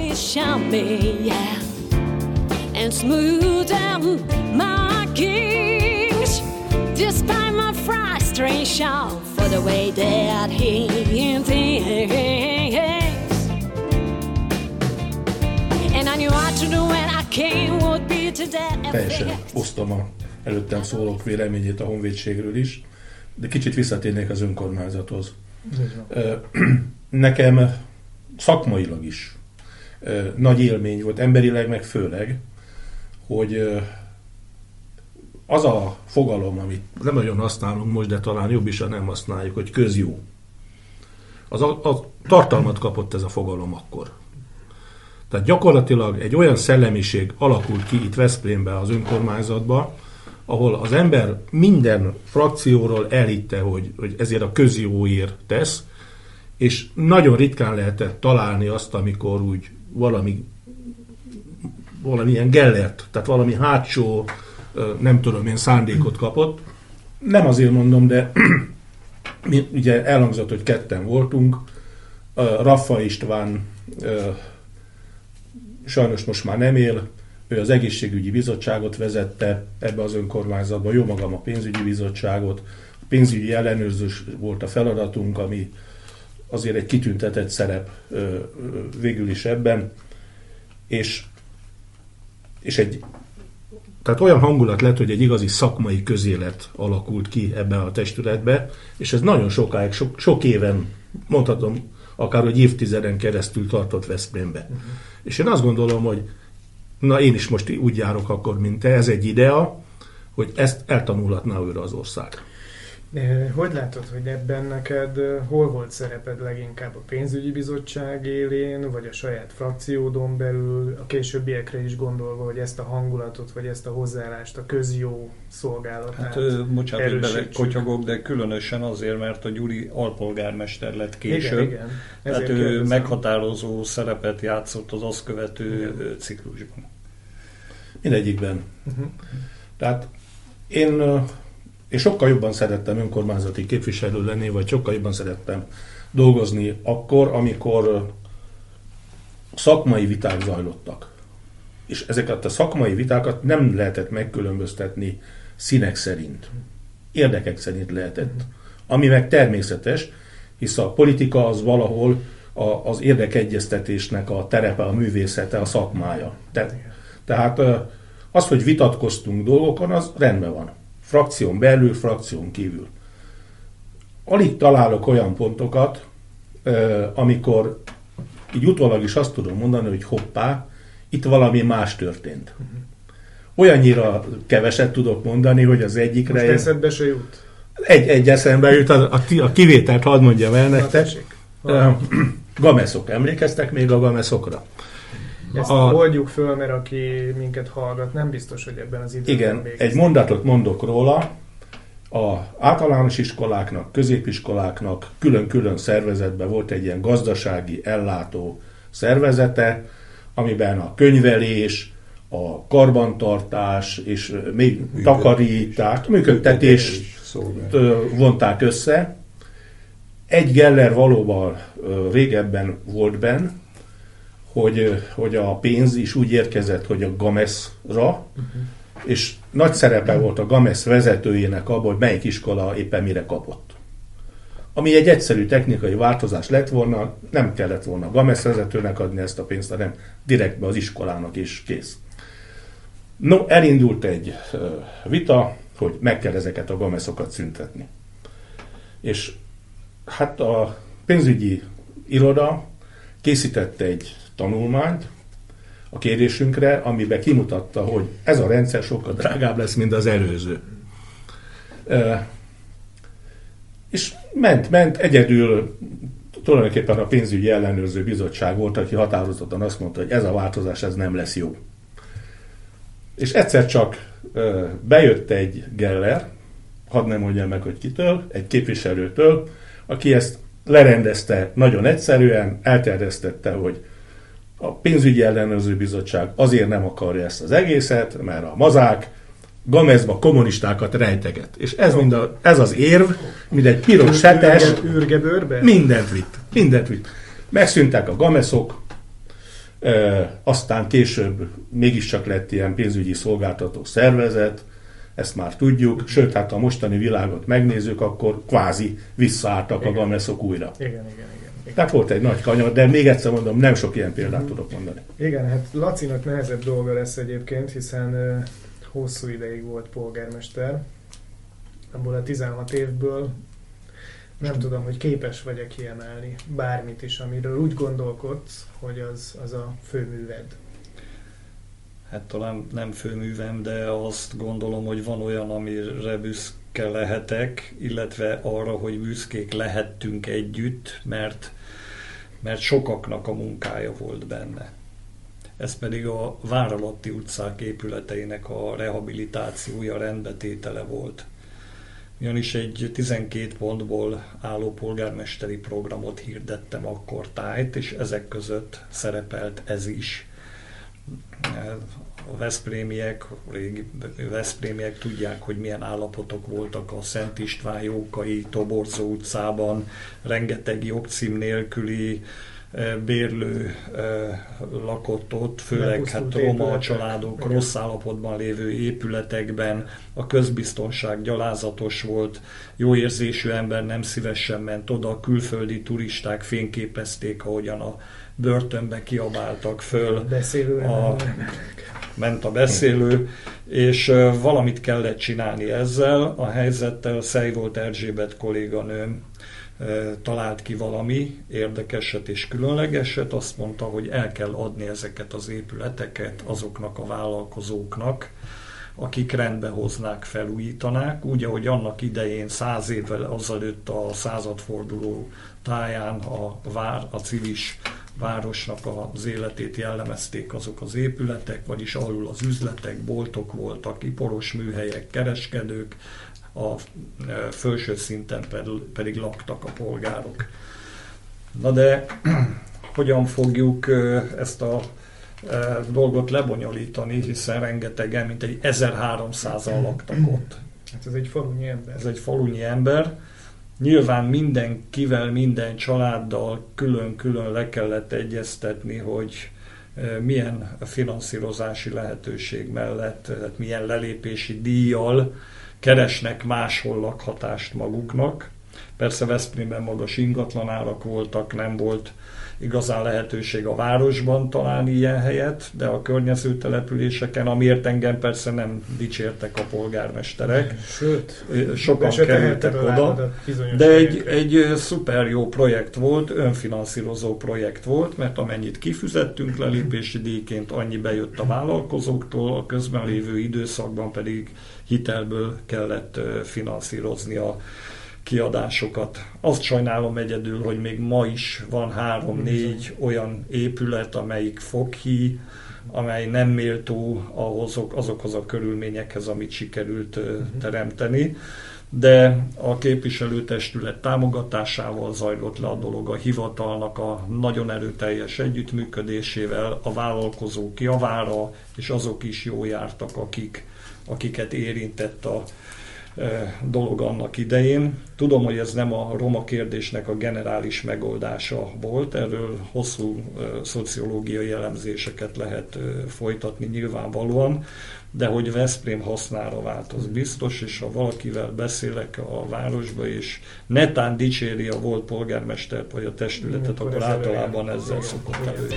And smooth down my kings, despite my frustration for the way that he thinks. And I knew what to do when I came would be to that. Teljesen osztom a előttem szólók véleményét a honvédségről is, de kicsit visszatérnék az önkormányzathoz. Nekem szakmailag is nagy élmény volt, emberileg meg főleg, hogy az a fogalom, amit nem nagyon használunk most, de talán jobb is, ha nem használjuk, hogy közjó. A tartalmat kapott ez a fogalom akkor. Tehát gyakorlatilag egy olyan szellemiség alakult ki itt Veszprémben az önkormányzatban, ahol az ember minden frakcióról elhitte, hogy ezért a közjóért tesz, és nagyon ritkán lehetett találni azt, amikor úgy valamilyen gellert, tehát valami hátsó, nem tudom én, szándékot kapott. Nem azért mondom, de ugye elhangzott, hogy ketten voltunk. Raffa István sajnos most már nem él, ő az egészségügyi bizottságot vezette ebbe az önkormányzatba, jó magam a pénzügyi bizottságot. A pénzügyi ellenőrzés volt a feladatunk, ami azért egy kitüntetett szerep végül is ebben, és tehát olyan hangulat lett, hogy egy igazi szakmai közélet alakult ki ebben a testületbe, és ez nagyon sokáig, sok éven, mondhatom, akár hogy évtizeden keresztül tartott Veszprémbe. És én azt gondolom, hogy én is most úgy járok akkor, mint te, ez egy idea, hogy ezt eltanulhatná újra az ország. Hogy látod, hogy ebben neked hol volt szereped leginkább, a pénzügyi bizottság élén, vagy a saját frakciódon belül, a későbbiekre is gondolva, hogy ezt a hangulatot, vagy ezt a hozzáállást, a közjó szolgálatát bocsánat, hogy belekotyogok, de különösen azért, mert a Gyuri alpolgármester lett később. Igen. Tehát ő meghatározó szerepet játszott az azt követő ciklusban. Mindegyikben. Tehát én sokkal jobban szerettem önkormányzati képviselő lenni, vagy sokkal jobban szerettem dolgozni akkor, amikor szakmai viták zajlottak. És ezeket a szakmai vitákat nem lehetett megkülönböztetni színek szerint. Érdekek szerint lehetett. Ami meg természetes, hisz a politika az valahol az érdekegyeztetésnek a terepe, a művészete, a szakmája. Tehát az, hogy vitatkoztunk dolgokon, az rendben van. Frakción belül, frakción kívül. Alig találok olyan pontokat, amikor így utólag is azt tudom mondani, hogy hoppá, itt valami más történt. Olyannyira keveset tudok mondani, hogy az egyikre... Most eszedbe se jut? Egy eszembe jut, a kivételt hadd mondjam el nektek. Gameszok, emlékeztek még a gameszokra? Ezt oldjuk föl, mert aki minket hallgat, nem biztos, hogy ebben az időben igen, egy mondatot mondok róla, A általános iskoláknak, középiskoláknak külön-külön szervezetben volt egy ilyen gazdasági ellátó szervezete, amiben a könyvelés, a karbantartás és még takarítás, működtetést vonták össze. Egy Geller valóban régebben volt benn, hogy a pénz is úgy érkezett, hogy a Gameszra, és nagy szerepe volt a Gamesz vezetőjének abban, hogy melyik iskola éppen mire kapott. Ami egy egyszerű technikai változás lett volna, nem kellett volna a Gamesz vezetőnek adni ezt a pénzt, hanem direktbe az iskolának is kész. No, elindult egy vita, hogy meg kell ezeket a Gameszokat szüntetni. És hát a pénzügyi iroda készített egy tanulmányt a kérésünkre, amiben kimutatta, hogy ez a rendszer sokkal drágább lesz, mint az előző. És ment, egyedül tulajdonképpen a pénzügyi ellenőrző bizottság volt, aki határozottan azt mondta, hogy ez a változás, ez nem lesz jó. És egyszer csak bejött egy Geller, hadd nem mondjam meg, hogy kitől, egy képviselőtől, aki ezt lerendezte nagyon egyszerűen, elterjesztette, hogy a pénzügyi ellenőrző bizottság azért nem akarja ezt az egészet, mert a mazák Gameszba kommunistákat rejteget. És ez az érv, mint egy piros setes, mindent vitt. Megszűntek a Gameszok, aztán később mégiscsak lett ilyen pénzügyi szolgáltató szervezet, ezt már tudjuk, sőt, hát a mostani világot megnézzük, akkor kvázi visszaálltak a Gameszok újra. Igen. Tehát volt egy nagy kanyar, de még egyszer mondom, nem sok ilyen példát tudok mondani. Igen, hát Lacinak nehezebb dolga lesz egyébként, hiszen hosszú ideig volt polgármester. Abból a 16 évből nem tudom, hogy képes vagyok kiemelni bármit is, amiről úgy gondolkodsz, hogy az a főműved. Hát talán nem főművem, de azt gondolom, hogy van olyan, amire büszke lehetek, illetve arra, hogy büszkék lehettünk együtt, mert sokaknak a munkája volt benne. Ez pedig a vár alatti utcák épületeinek a rehabilitációja, rendbetétele volt. Ugyanis egy 12 pontból álló polgármesteri programot hirdettem akkor tájt, és ezek között szerepelt ez is. A veszprémiek tudják, hogy milyen állapotok voltak a Szent István, Jókai, Toborzó utcában, rengeteg jogcím nélküli bérlő lakott ott, főleg hát roma családok, rossz állapotban lévő épületekben, a közbiztonság gyalázatos volt, jó érzésű ember nem szívesen ment oda, a külföldi turisták fényképezték, ahogyan a börtönbe kiabáltak föl, ment a beszélő, és valamit kellett csinálni ezzel a helyzettel. Szejvolt Erzsébet kolléganőm talált ki valami érdekeset és különlegeset, azt mondta, hogy el kell adni ezeket az épületeket azoknak a vállalkozóknak, akik rendbe hoznák, felújítanák, úgy, ahogy annak idején 100 évvel azelőtt a századforduló táján a civis városnak az életét jellemezték azok az épületek, vagyis alul az üzletek, boltok voltak, iparos műhelyek, kereskedők, a felső szinten pedig laktak a polgárok. Na de hogyan fogjuk ezt a dolgot lebonyolítani, hiszen rengetegen, mint egy 1300-an laktak ott. Hát ez egy falunyi ember. Ez egy falunyi ember. Nyilván mindenkivel, minden családdal külön-külön le kellett egyeztetni, hogy milyen finanszírozási lehetőség mellett, tehát milyen lelépési díjjal keresnek máshol lakhatást maguknak. Persze Veszprémben magas ingatlanárak voltak, nem volt igazán lehetőség a városban találni ilyen helyet, de a környező településeken, amiért engem persze nem dicsértek a polgármesterek. Sőt, sokan kerültek oda, de egy szuper jó projekt volt, önfinanszírozó projekt volt, mert amennyit kifizettünk lelépési díjként, annyi bejött a vállalkozóktól, a közben lévő időszakban pedig hitelből kellett finanszírozni a kiadásokat. Azt sajnálom egyedül, hogy még ma is van 3-4 olyan épület, amelyik foghíj, amely nem méltó azokhoz a körülményekhez, amit sikerült teremteni. de a képviselőtestület támogatásával zajlott le a dolog, a hivatalnak a nagyon erőteljes együttműködésével, a vállalkozók javára, és azok is jól jártak, akiket érintett a dolog annak idején. Tudom, hogy ez nem a roma kérdésnek a generális megoldása volt, erről hosszú szociológiai elemzéseket lehet folytatni nyilvánvalóan, de hogy Veszprém hasznára vált, az biztos, és ha valakivel beszélek a városba, és netán dicséri a volt polgármestert vagy a testületet, akkor általában ezzel szokott előjönni.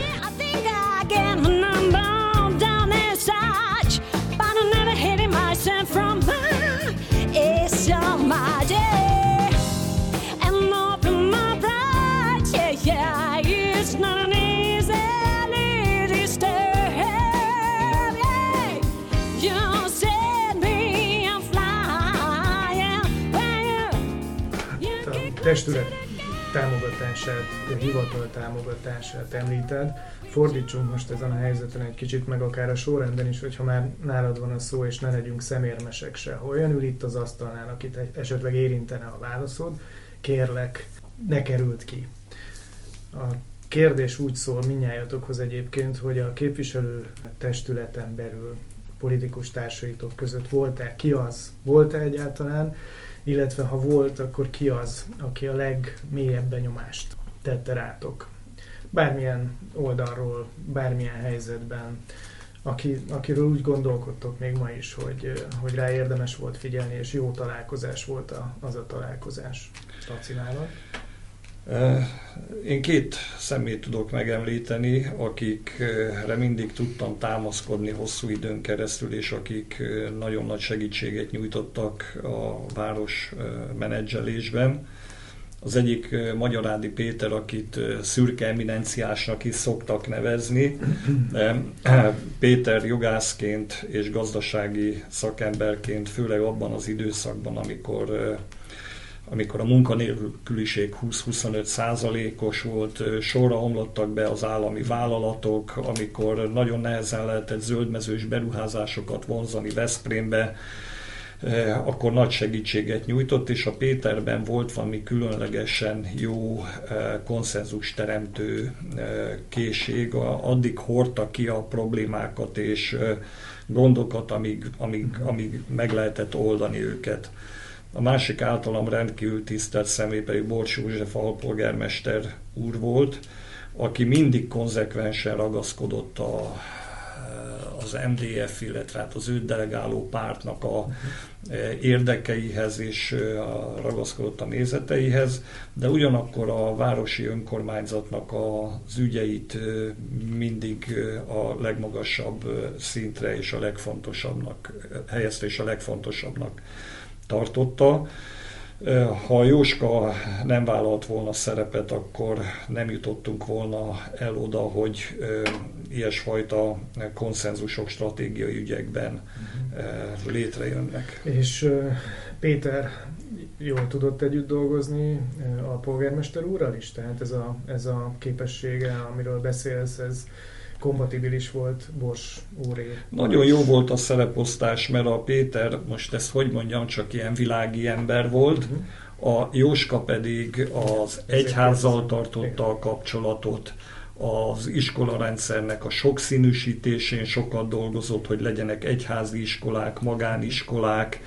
Testület támogatását, a hivatal támogatását említed. Fordítsunk most ezen a helyzeten egy kicsit, meg akár a sorrendben is, hogyha már nálad van a szó, és ne legyünk szemérmesek se. Ha olyan ül itt az asztalnál, akit esetleg érintene a válaszod, kérlek, ne került ki. A kérdés úgy szól mindnyájatokhoz egyébként, hogy a képviselő testületen belül politikus társaitok között volt-e, ki az, volt-e egyáltalán, illetve ha volt, akkor ki az, aki a legmélyebb benyomást tette rátok. Bármilyen oldalról, bármilyen helyzetben, akiről úgy gondolkodtok még ma is, hogy rá érdemes volt figyelni, és jó találkozás volt az a találkozás. Laci, nálad? Én 2 személyt tudok megemlíteni, akikre mindig tudtam támaszkodni hosszú időn keresztül, és akik nagyon nagy segítséget nyújtottak a város menedzselésben. Az egyik Magyarádi Péter, akit szürke eminenciásnak is szoktak nevezni. Péter jogászként és gazdasági szakemberként, főleg abban az időszakban, amikor a munkanélküliség 20-25%-os volt, sorra omlottak be az állami vállalatok, amikor nagyon nehezen lehetett zöldmezős beruházásokat vonzani Veszprémbe, akkor nagy segítséget nyújtott, és a Péterben volt valami különlegesen jó konszenzus teremtő készség, addig hordta ki a problémákat és gondokat, amíg meg lehetett oldani őket. A másik általam rendkívül tisztelt személy pedig Borcs József alpolgármester úr volt, aki mindig konzekvensen ragaszkodott az MDF, illetve hát az őt delegáló pártnak a érdekeihez és ragaszkodott a nézeteihez, de ugyanakkor a városi önkormányzatnak az ügyeit mindig a legmagasabb szintre és a legfontosabbnak helyezte, és a legfontosabbnak tartotta. Ha Jóska nem vállalt volna szerepet, akkor nem jutottunk volna el oda, hogy ilyesfajta konszenzusok stratégiai ügyekben létrejönnek. És Péter jól tudott együtt dolgozni a polgármester úrral is? Tehát ez a képessége, amiről beszélsz, ez kompatibilis volt Borcs úré. Nagyon jó volt a szereposztás, mert a Péter, most ezt hogy mondjam, csak ilyen világi ember volt, a Jóska pedig az egyházzal tartotta a kapcsolatot, az iskolarendszernek a sokszínűsítésén sokat dolgozott, hogy legyenek egyházi iskolák, magániskolák,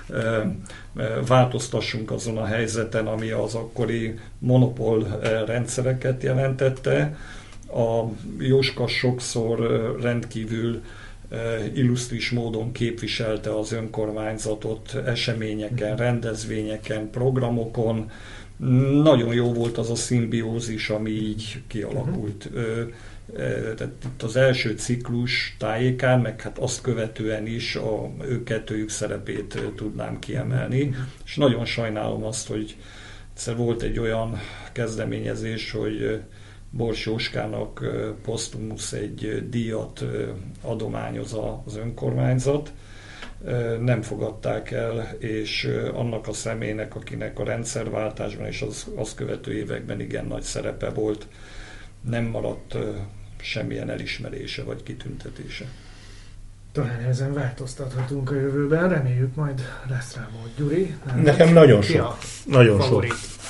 változtassunk azon a helyzeten, ami az akkori monopól rendszereket jelentette. A Jóska sokszor rendkívül illusztris módon képviselte az önkormányzatot eseményeken, rendezvényeken, programokon. Nagyon jó volt az a szimbiózis, ami így kialakult. Tehát itt az első ciklus tájékán, meg hát azt követően is ő kettőjük szerepét tudnám kiemelni. És nagyon sajnálom azt, hogy egyszer volt egy olyan kezdeményezés, hogy Borcs Jóskának posztumusz egy díjat adományoz az önkormányzat. Nem fogadták el, és annak a személynek, akinek a rendszerváltásban és az követő években igen nagy szerepe volt, nem maradt semmilyen elismerése vagy kitüntetése. Talán ezen változtathatunk a jövőben, reméljük majd lesz rá mód. Gyuri? Nekem nagyon sok. Nagyon sok.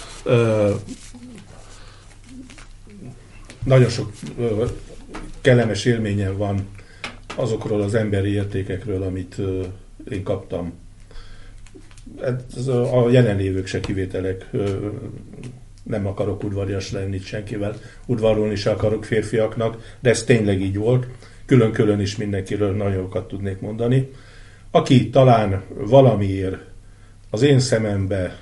Nagyon sok kellemes élményem van azokról az emberi értékekről, amit én kaptam. Ez a jelenlévők se kivételek, nem akarok udvarias lenni senkivel, udvarolni se akarok férfiaknak, de ez tényleg így volt. Külön-külön is mindenkiről nagyon jókat tudnék mondani. Aki talán valamiért az én szemembe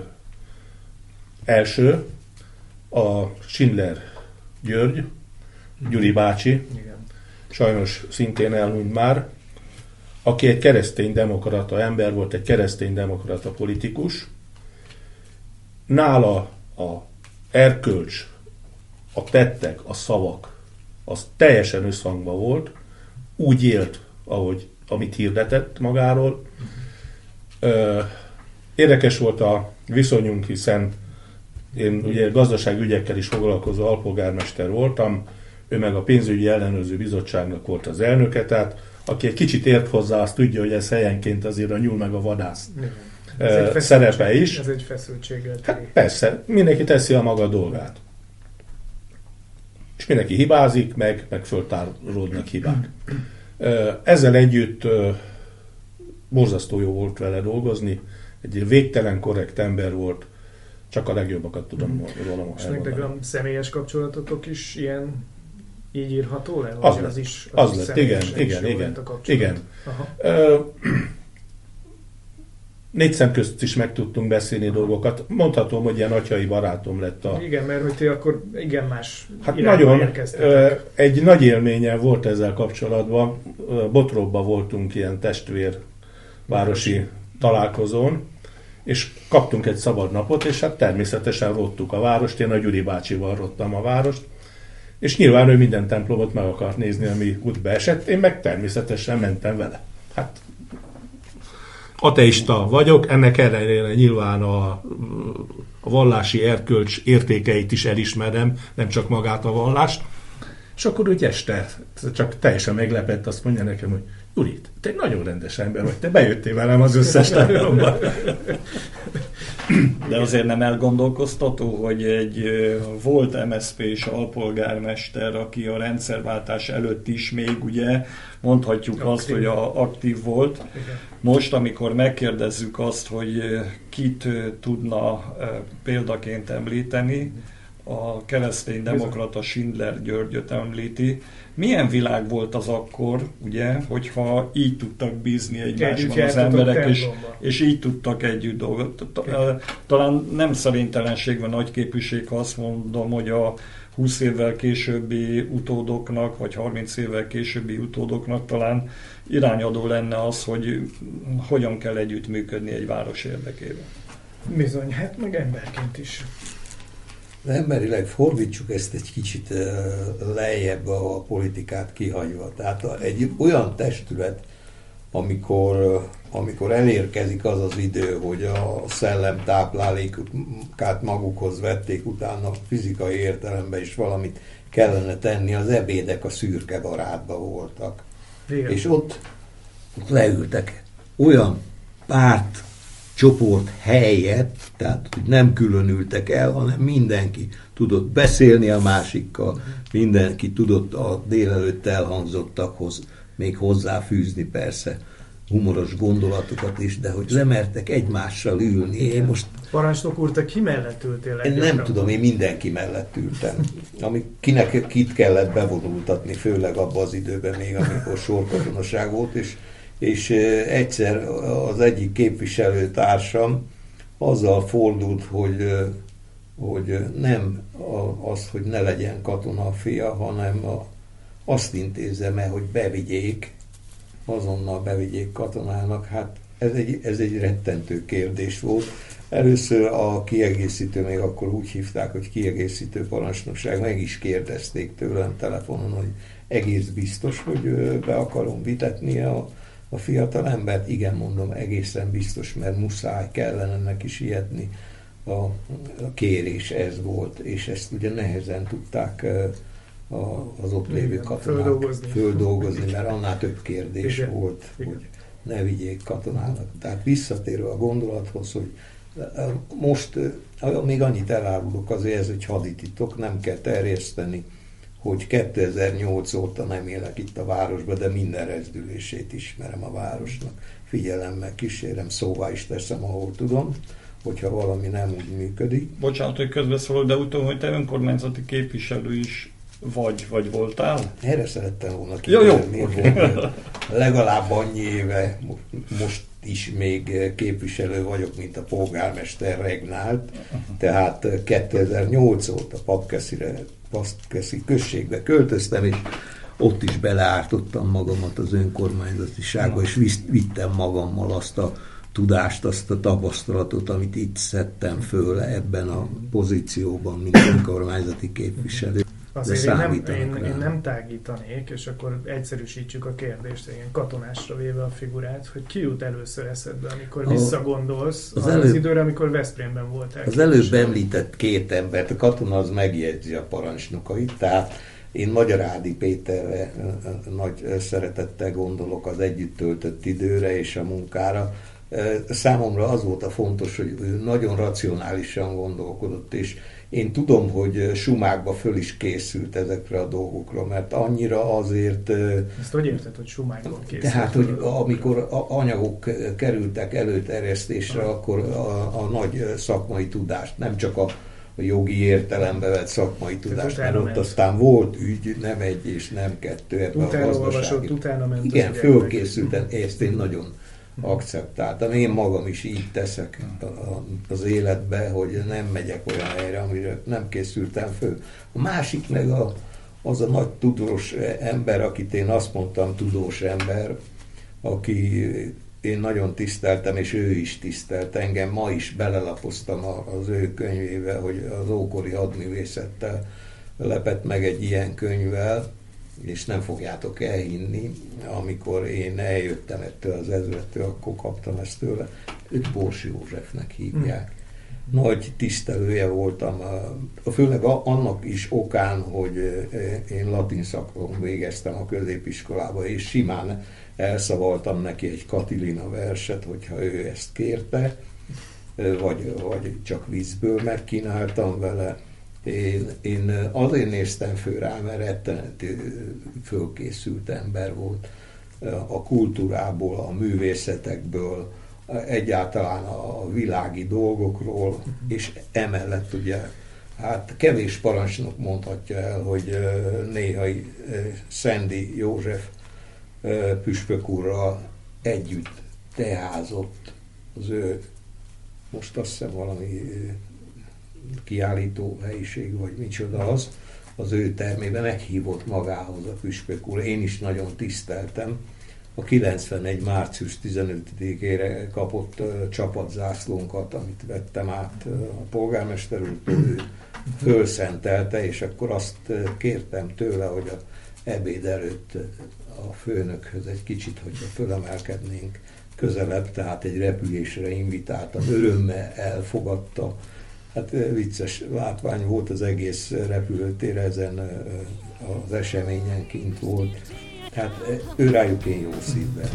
első, a Schindler György, Gyuri bácsi, igen. Sajnos szintén elhunyt már, aki egy kereszténydemokrata ember volt, egy kereszténydemokrata politikus. Nála a erkölcs, a tettek, a szavak, az teljesen összhangban volt, úgy élt, amit hirdetett magáról. Érdekes volt a viszonyunk, hiszen én ugye gazdaságügyekkel is foglalkozó alpolgármester voltam, ő meg a pénzügyi ellenőrző bizottságnak volt az elnöke, tehát aki egy kicsit ért hozzá, azt tudja, hogy ez helyenként azért a nyúl meg a vadász szerepe is. Ez egy feszültséggel. Hát persze, mindenki teszi a maga dolgát. És mindenki hibázik, meg föltáródnak hibák. Ezzel együtt borzasztó jó volt vele dolgozni, egy végtelen korrekt ember volt, csak a legjobbakat tudom róla és nektek a személyes kapcsolatotok is ilyen így írható le? Az lett, igen. Négy szem közt is meg tudtunk beszélni dolgokat. Mondhatom, hogy ilyen atyai barátom lett a... Igen, mert hogy ti akkor igen más nagyon egy nagy élményem volt ezzel kapcsolatban. Botróbban voltunk ilyen testvérvárosi találkozón, és kaptunk egy szabad napot, és hát természetesen rottuk a várost. Én a Gyuri bácsival rottam a várost, és nyilván ő minden templomot meg akart nézni, ami útbe esett. Én meg természetesen mentem vele. Hát ateista vagyok, ennek ellenére nyilván a vallási erkölcs értékeit is elismerem, nem csak magát a vallást. És akkor úgy este csak teljesen meglepett, azt mondja nekem, hogy Gyuri, te egy nagyon rendes ember vagy, te bejöttél velem az összes templomba. De azért nem elgondolkoztató, hogy egy volt MSZP-s alpolgármester, aki a rendszerváltás előtt is még ugye mondhatjuk azt, hogy aktív volt. Most, amikor megkérdezzük azt, hogy kit tudna példaként említeni, a kereszténydemokrata Schindler Györgyöt említi. Milyen világ volt az akkor, ugye, hogyha így tudtak bízni egymásban az emberek, és így tudtak együtt dolgozni. Talán nem szerintelenség van nagyképűség, ha azt mondom, hogy a 20 évvel későbbi utódoknak, vagy 30 évvel későbbi utódoknak talán irányadó lenne az, hogy hogyan kell együttműködni egy város érdekében. Bizony, hát meg emberként is. De emberileg fordítsuk ezt egy kicsit lejjebb a politikát kihagyva. Tehát egy olyan testület, amikor elérkezik az az idő, hogy a szellem táplálékát magukhoz vették, utána fizikai értelemben is valamit kellene tenni, az ebédek a szürke barátban voltak. Igen. És ott leültek olyan párt csoport helyett, tehát hogy nem különültek el, hanem mindenki tudott beszélni a másikkal, mindenki tudott a délelőtt elhangzottakhoz még hozzáfűzni persze humoros gondolatokat is, de hogy lemertek egymással ülni. Én most... Parancsnok úr, te ki mellett ültél? Én nem tudom, én mindenki mellett ültem. Kinek kit kellett bevonultatni, főleg abban az időben még, amikor sorkatonaság volt, és egyszer az egyik képviselőtársam azzal fordult, hogy nem az, hogy ne legyen katona a fia, hanem azt intézze meg, hogy bevigyék, azonnal bevigyék katonának. Hát ez egy rettentő kérdés volt. Először a kiegészítő, még akkor úgy hívták, hogy kiegészítő parancsnokság, meg is kérdezték tőlem telefonon, hogy egész biztos, hogy be akarom vitetni a fiatal embert. Igen, mondom, egészen biztos, mert muszáj, kellene neki sietni. A kérés ez volt, és ezt ugye nehezen tudták az ott lévő katonák földolgozni, mert annál több kérdés volt, hogy ne vigyék katonának. Tehát visszatérő a gondolathoz, hogy most még annyit elárulok, azért ez egy hadititok, nem kell terjeszteni, hogy 2008 óta nem élek itt a városban, de minden rezdülését ismerem a városnak. Figyelemmel kísérem, szóvá is teszem, ahol tudom, hogyha valami nem úgy működik. Bocsánat, hogy közbeszólok, de úgy tudom, hogy te önkormányzati képviselő is vagy voltál? Erre szerettem volna kérdezni. Legalább annyi éve, most is még képviselő vagyok, mint a polgármester regnált, tehát 2008 óta Papkeszi községbe költöztem, és ott is beleártottam magamat az önkormányzatiságba, és vittem magammal azt a tudást, azt a tapasztalatot, amit itt szedtem föl ebben a pozícióban, mint önkormányzati képviselő. Azért én nem tágítanék, és akkor egyszerűsítsük a kérdést, ilyen katonásra véve a figurát, hogy ki jut először eszedbe, amikor visszagondolsz az időre, amikor Veszprémben voltál. Az előbb említett két embert, a katona az megjegyzi a parancsnokait, tehát én Magyarádi Péterre nagy szeretettel gondolok az együtt töltött időre és a munkára. Számomra az volt a fontos, hogy ő nagyon racionálisan gondolkodott, és én tudom, hogy Sumákba föl is készült ezekre a dolgokra, mert annyira azért... Ezt hogy érted, hogy Sumákban készült? Tehát, hogy amikor anyagok kerültek előterjesztésre, akkor a nagy szakmai tudást, nem csak a jogi értelembe vett szakmai tudást, mert ott aztán volt ügy, nem egy és nem kettő, ebben a gazdasági... Utána ment. Igen, fölkészültem, ezt én nagyon akceptáltam. Én magam is így teszek az életbe, hogy nem megyek olyan helyre, amire nem készültem föl. A másik meg az a nagy tudós ember, akit én azt mondtam, tudós ember, aki én nagyon tiszteltem, és ő is tisztelt engem. Ma is belelapoztam az ő könyvébe, hogy az ókori hadművészettel lepett meg egy ilyen könyvvel, és nem fogjátok elhinni, amikor én eljöttem ettől az ezrettől, akkor kaptam ezt tőle. Őt Bors Józsefnek hívják. Nagy tisztelője voltam, főleg annak is okán, hogy én latin szakon végeztem a középiskolába, és simán elszavaltam neki egy Katilina verset, hogyha ő ezt kérte, vagy csak viccből megkínáltam vele. Én azért néztem föl rá, mert rettenetű fölkészült ember volt a kultúrából, a művészetekből, egyáltalán a világi dolgokról, és emellett ugye, hát kevés parancsnok mondhatja el, hogy néha Szendi József püspök úrral együtt teázott az ő, most azt hiszem valami kiállító helyiség, vagy micsoda az ő termében meghívott magához a püspök úr. Én is nagyon tiszteltem. A 91. március 15-ére kapott csapatzászlónkat, amit vettem át a polgármester úrtól, ő fölszentelte, és akkor azt kértem tőle, hogy a ebéd előtt a főnökhöz egy kicsit, hogyha fölemelkednénk közelebb, tehát egy repülésre invitáltam, örömmel elfogadta. Hát vicces látvány volt az egész repülőtér, ezen az eseményen kint volt. Tehát őrájuk én jó szívben.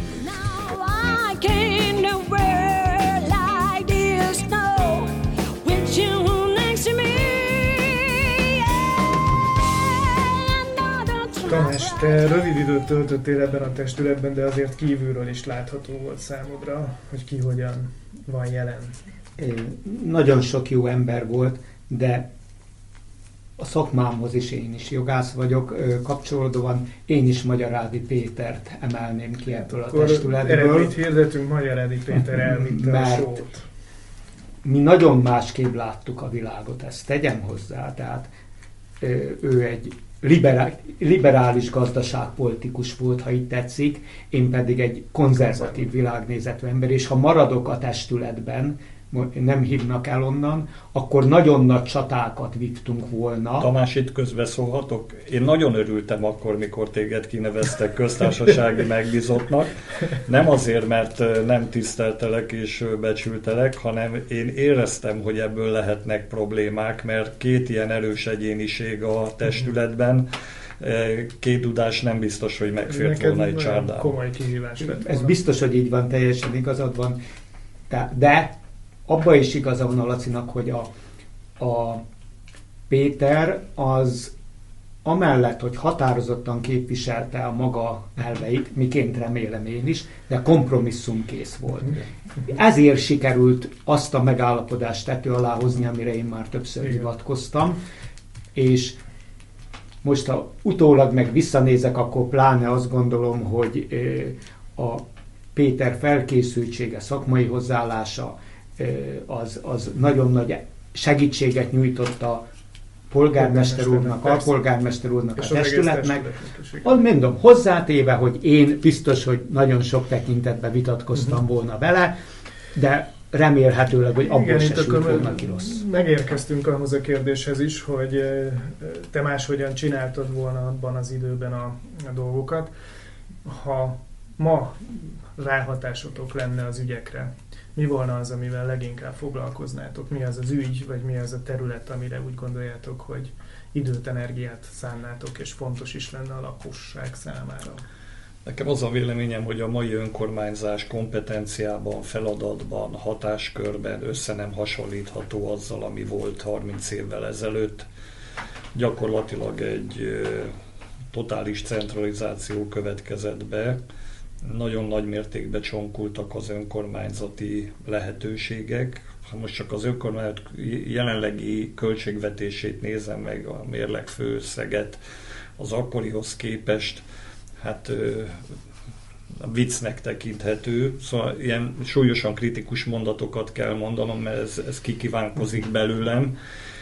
Tamás, te rövid időt töltöttél ebben a testületben, de azért kívülről is látható volt számodra, hogy ki hogyan van jelen. Nagyon sok jó ember volt, de a szakmámhoz is én is jogász vagyok, kapcsolódóan én is Magyarádi Pétert emelném ki ebből a testületből. Eredményt hirdetünk, Magyarádi Péter elvitte a sót. Mi nagyon másképp láttuk a világot, ezt tegyem hozzá, tehát ő egy liberális gazdaságpolitikus volt, ha így tetszik, én pedig egy konzervatív világnézetű ember, és ha maradok a testületben, nem hívnak el onnan, akkor nagyon nagy csatákat vívtunk volna. Tamás, itt közbeszólhatok? Én nagyon örültem akkor, mikor téged kineveztek köztársasági megbízottnak. Nem azért, mert nem tiszteltelek és becsültelek, hanem én éreztem, hogy ebből lehetnek problémák, mert két ilyen erős egyéniség a testületben, két Dudás nem biztos, hogy megfért volna egy csárdában. Komoly kihívás lett volna. Ez biztos, hogy így van, teljesen igazad van. De abban is igaza van a Lacinak, hogy a Péter az amellett, hogy határozottan képviselte a maga elveit, miként remélem én is, de kompromisszumkész volt. Ezért sikerült azt a megállapodást tető alá hozni, amire én már többször hivatkoztam, és most ha utólag meg visszanézek, akkor pláne azt gondolom, hogy a Péter felkészültsége, szakmai hozzáállása az nagyon nagy segítséget nyújtott a polgármester úrnak, alpolgármester úrnak, a testületnek. Azt mondom, hozzátéve, hogy én biztos, hogy nagyon sok tekintetben vitatkoztam volna vele, de remélhetőleg, hogy abból se sült volna ki rossz. Megérkeztünk ahhoz a kérdéshez is, hogy te máshogyan csináltad volna abban az időben a dolgokat. Ha ma ráhatásotok lenne az ügyekre, mi volna az, amivel leginkább foglalkoznátok? Mi az az ügy, vagy mi az a terület, amire úgy gondoljátok, hogy időt, energiát szánnátok, és fontos is lenne a lakosság számára? Nekem az a véleményem, hogy a mai önkormányzás kompetenciában, feladatban, hatáskörben össze nem hasonlítható azzal, ami volt 30 évvel ezelőtt. Gyakorlatilag egy totális centralizáció következett be. Nagyon nagy mértékben csonkultak az önkormányzati lehetőségek. Ha most csak az önkormányzat jelenlegi költségvetését nézem meg, a mérlegfő összeget az akkorihoz képest, hát viccnek tekinthető. Szóval ilyen súlyosan kritikus mondatokat kell mondanom, mert ez kikívánkozik belőlem.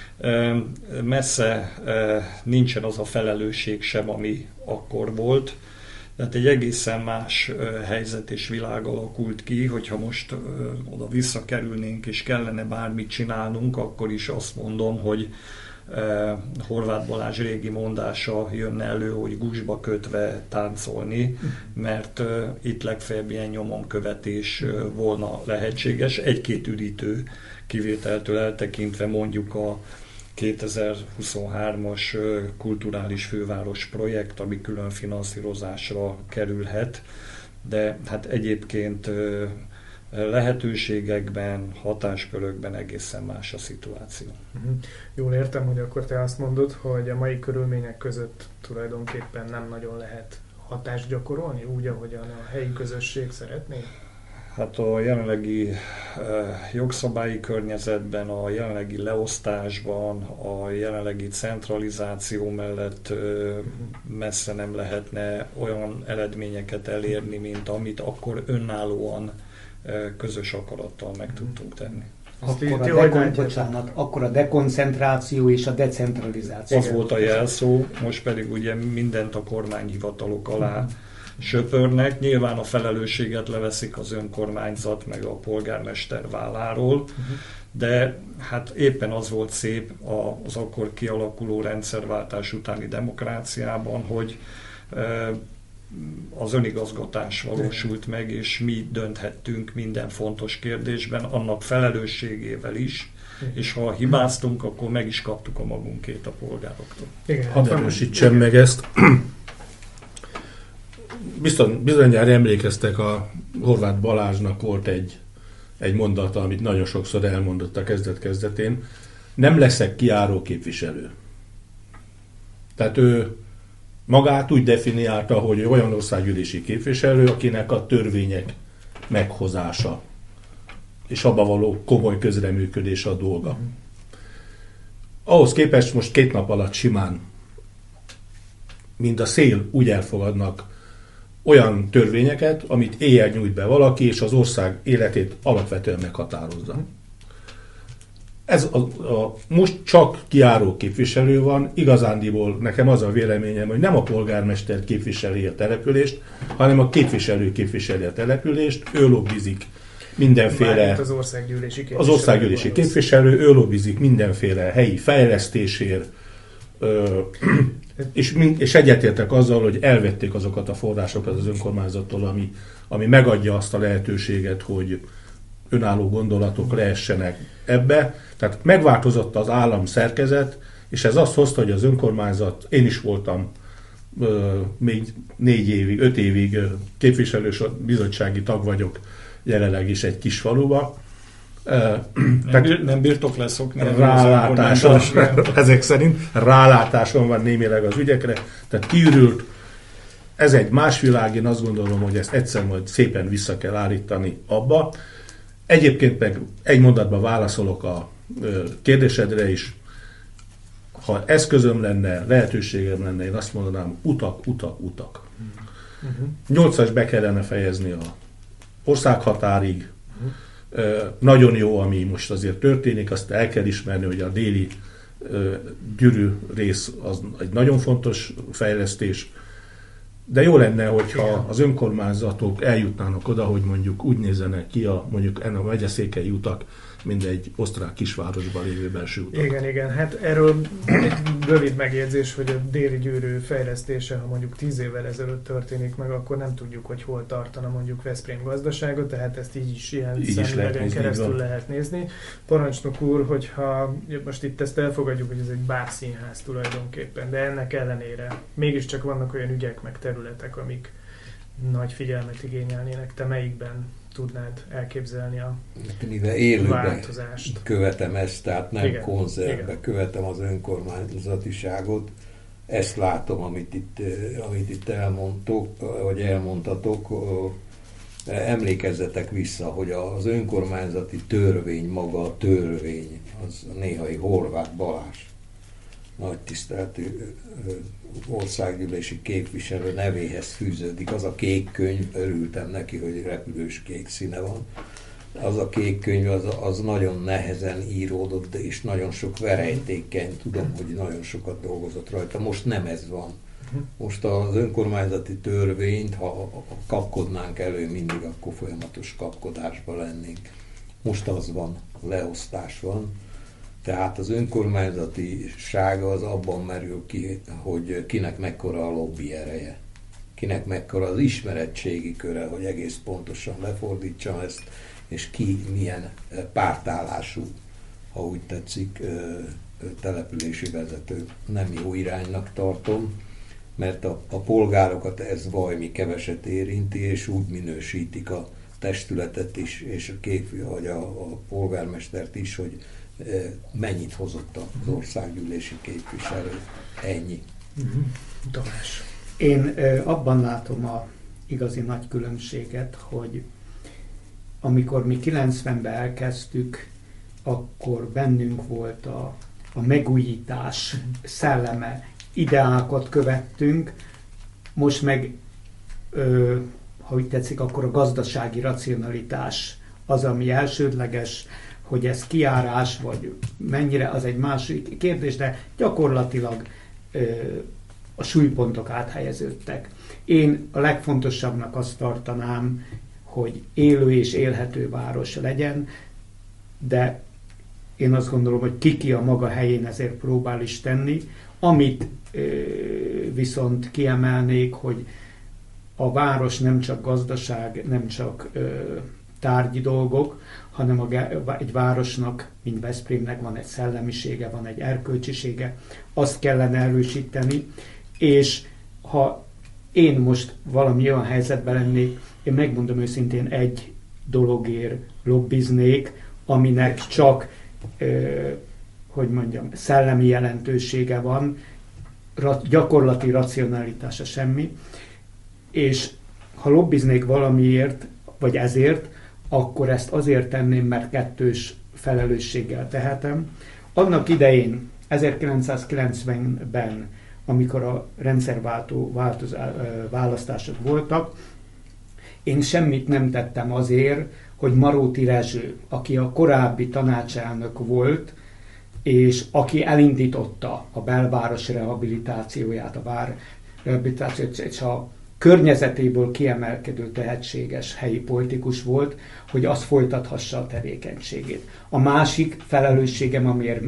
Messze nincsen az a felelősség sem, ami akkor volt. Tehát egy egészen más helyzet és világ alakult ki, hogyha most oda visszakerülnénk és kellene bármit csinálnunk, akkor is azt mondom, hogy Horváth Balázs régi mondása jönne elő, hogy gúzsba kötve táncolni, mert itt legfeljebb ilyen nyomonkövetés volna lehetséges. Egy-két üdítő kivételtől eltekintve, mondjuk a 2023-as kulturális főváros projekt, ami külön finanszírozásra kerülhet, de hát egyébként lehetőségekben, hatáskörökben egészen más a szituáció. Jól értem, hogy akkor te azt mondod, hogy a mai körülmények között tulajdonképpen nem nagyon lehet hatást gyakorolni, úgy, ahogyan a helyi közösség szeretné? Hát a jelenlegi jogszabályi környezetben, a jelenlegi leosztásban, a jelenlegi centralizáció mellett messze nem lehetne olyan eredményeket elérni, mint amit akkor önállóan közös akarattal meg tudtunk tenni. Akkor a dekoncentráció és a decentralizáció. Az volt a jelszó, most pedig ugye mindent a kormányhivatalok alá söpörnek. Nyilván a felelősséget leveszik az önkormányzat meg a polgármester válláról, de hát éppen az volt szép az akkor kialakuló rendszerváltás utáni demokráciában, hogy az önigazgatás valósult meg, és mi dönthettünk minden fontos kérdésben, annak felelősségével is, és ha hibáztunk, akkor meg is kaptuk a magunkét a polgároktól. Hadd erősítsem meg ezt. Bizonyára emlékeztek, a Horváth Balázsnak volt egy mondata, amit nagyon sokszor elmondott a kezdet-kezdetén. Nem leszek kijáró képviselő. Tehát ő magát úgy definiálta, hogy olyan országgyűlési képviselő, akinek a törvények meghozása és abba való komoly közreműködés a dolga. Ahhoz képest most 2 nap alatt simán, mint a szél, úgy elfogadnak olyan törvényeket, amit éjjel nyújt be valaki, és az ország életét alapvetően meghatározza. Ez most csak kijáró képviselő van, igazándiból nekem az a véleményem, hogy nem a polgármester képviseli a települést, hanem a képviselő képviseli a települést, ő lobbizik mindenféle... Az országgyűlési képviselő, ő lobbizik mindenféle helyi fejlesztésért, és egyetértek azzal, hogy elvették azokat a forrásokat az önkormányzattól, ami megadja azt a lehetőséget, hogy önálló gondolatok lehessenek ebbe. Tehát megváltozott az állam szerkezet, és ez azt hozta, hogy az önkormányzat, én is voltam még 5 évig képviselőbizottsági tag vagyok, jelenleg is egy kis faluba. Nem bírtok leszokni. Rálátásom, ezek szerint rálátásom van némileg az ügyekre, tehát kiürült. Ez egy más világ, én azt gondolom, hogy ezt egyszer majd szépen vissza kell állítani abba. Egyébként meg egy mondatban válaszolok a kérdésedre is. Ha eszközöm lenne, lehetőségem lenne, én azt mondanám, utak. 8-as be kellene fejezni a országhatárig. Nagyon jó, ami most azért történik, azt el kell ismerni, hogy a déli Gyűrű rész az egy nagyon fontos fejlesztés, de jó lenne, hogyha az önkormányzatok eljutnának oda, hogy mondjuk úgy nézzenek ki mondjuk a megyeszékhelyi utak, mint egy osztrák kisvárosban lévő belső utak. Igen. Hát erről egy rövid megjegyzés, hogy a déli Gyűrű fejlesztése, ha mondjuk 10 évvel ezelőtt történik meg, akkor nem tudjuk, hogy hol tartana mondjuk Veszprém gazdasága, tehát ezt így is ilyen szemüvegen keresztül lehet nézni. Parancsnok úr, hogyha most itt ezt elfogadjuk, hogy ez egy bárszínház tulajdonképpen, de ennek ellenére mégiscsak vannak olyan ügyek meg területek, amik nagy figyelmet igényelnének. Te melyikben tudnád elképzelni a változást? Követem ezt, tehát nem konzervbe követem az önkormányzatiságot. Ezt látom, amit itt elmondtatok. Emlékezzetek vissza, hogy az önkormányzati törvény, maga a törvény, az néhai Horváth Balázs, nagy tiszteletű országgyűlési képviselő nevéhez fűződik. Az a kék könyv, örültem neki, hogy repülős kék színe van. Az a kék könyv az nagyon nehezen íródott, és nagyon sok verejtékeny, tudom, hogy nagyon sokat dolgozott rajta. Most nem ez van. Most az önkormányzati törvényt, ha kapkodnánk elő mindig, akkor folyamatos kapkodásban lennénk. Most az van, leosztás van. Tehát az önkormányzatisága az abban merül ki, hogy kinek mekkora a lobby ereje, kinek mekkora az ismeretségi köre, hogy egész pontosan lefordítsam ezt, és ki milyen pártállású, ha úgy tetszik, települési vezető. Nem jó iránynak tartom, mert a polgárokat ez valami keveset érinti, és úgy minősítik a testületet is, és a polgármestert is, hogy mennyit hozott az országgyűlési képviselő. Ennyi. Tamás. Én abban látom a igazi nagy különbséget, hogy amikor mi 90-ben elkezdtük, akkor bennünk volt a megújítás szelleme, ideákat követtünk, most meg, ha úgy tetszik, akkor a gazdasági racionalitás az, ami elsődleges, hogy ez kiárás, vagy mennyire, az egy másik kérdés, de gyakorlatilag a súlypontok áthelyeződtek. Én a legfontosabbnak azt tartanám, hogy élő és élhető város legyen, de én azt gondolom, hogy ki a maga helyén ezért próbál is tenni. Amit viszont kiemelnék, hogy a város nem csak gazdaság, nem csak tárgyi dolgok, hanem egy városnak, mint Veszprémnek van egy szellemisége, van egy erkölcsisége, azt kellene erősíteni, és ha én most valami olyan helyzetben lennék, én megmondom őszintén, egy dologért lobbiznék, aminek csak, szellemi jelentősége van, gyakorlati racionalitása semmi, és ha lobbiznék valamiért, vagy ezért, akkor ezt azért tenném, mert kettős felelősséggel tehetem. Annak idején, 1990-ben, amikor a rendszerváltó választások voltak, én semmit nem tettem azért, hogy Maróti Rezső, aki a korábbi tanácselnök volt, és aki elindította a belváros rehabilitációját, és környezetéből kiemelkedő tehetséges helyi politikus volt, hogy az folytathassa a tevékenységét. A másik felelősségem,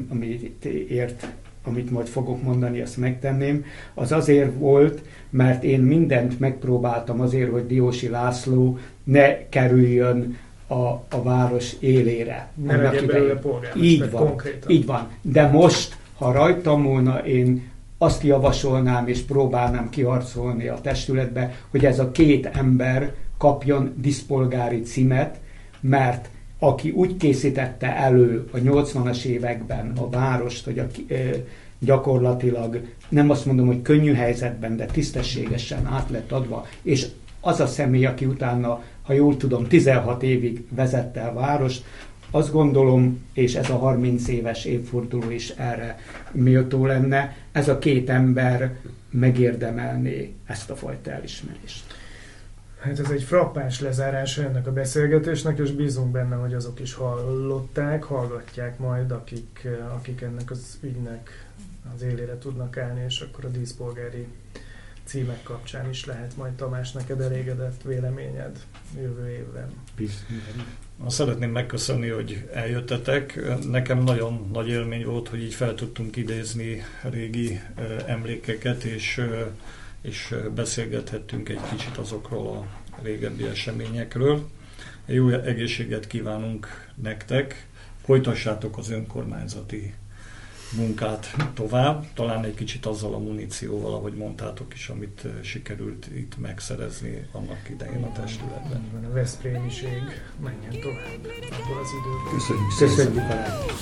amit majd fogok mondani, azt megtenném, az azért volt, mert én mindent megpróbáltam azért, hogy Diósi László ne kerüljön a város élére. Ne legyen belőle polgármester, konkrétan. Így van. De most, ha rajtam volna, én azt javasolnám és próbálnám kiharcolni a testületbe, hogy ez a 2 ember kapjon díszpolgári címet, mert aki úgy készítette elő a 80-as években a várost, hogy gyakorlatilag nem azt mondom, hogy könnyű helyzetben, de tisztességesen át lett adva, és az a személy, aki utána, ha jól tudom, 16 évig vezette a várost, azt gondolom, és ez a 30 éves évforduló is erre méltó lenne, ez a 2 ember megérdemelné ezt a fajta elismerést. Hát ez egy frappáns lezárása ennek a beszélgetésnek, és bízunk benne, hogy azok is hallgatják majd, akik ennek az ügynek az élére tudnak állni, és akkor a díszpolgári címek kapcsán is lehet majd, Tamás, neked elégedett véleményed jövő évben. Szeretném megköszönni, hogy eljöttetek. Nekem nagyon nagy élmény volt, hogy így fel tudtunk idézni régi emlékeket, és beszélgethettünk egy kicsit azokról a régebbi eseményekről. Jó egészséget kívánunk nektek, folytassátok az önkormányzati munkát tovább, talán egy kicsit azzal a munícióval, ahogy mondtátok is, amit sikerült itt megszerezni annak idején a testületben. A veszprémiség menjen tovább abból az időből. Köszönjük a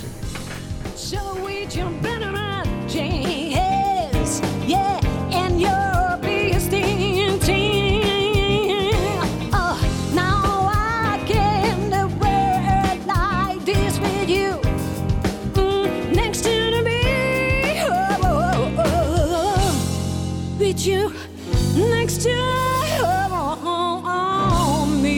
you next to me.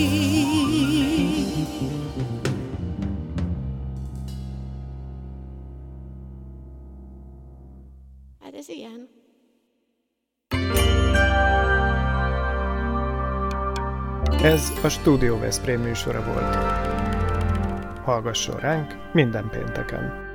Hát ez ilyen. Ez a Stúdió Veszprém műsora volt. Hallgasson ránk minden pénteken!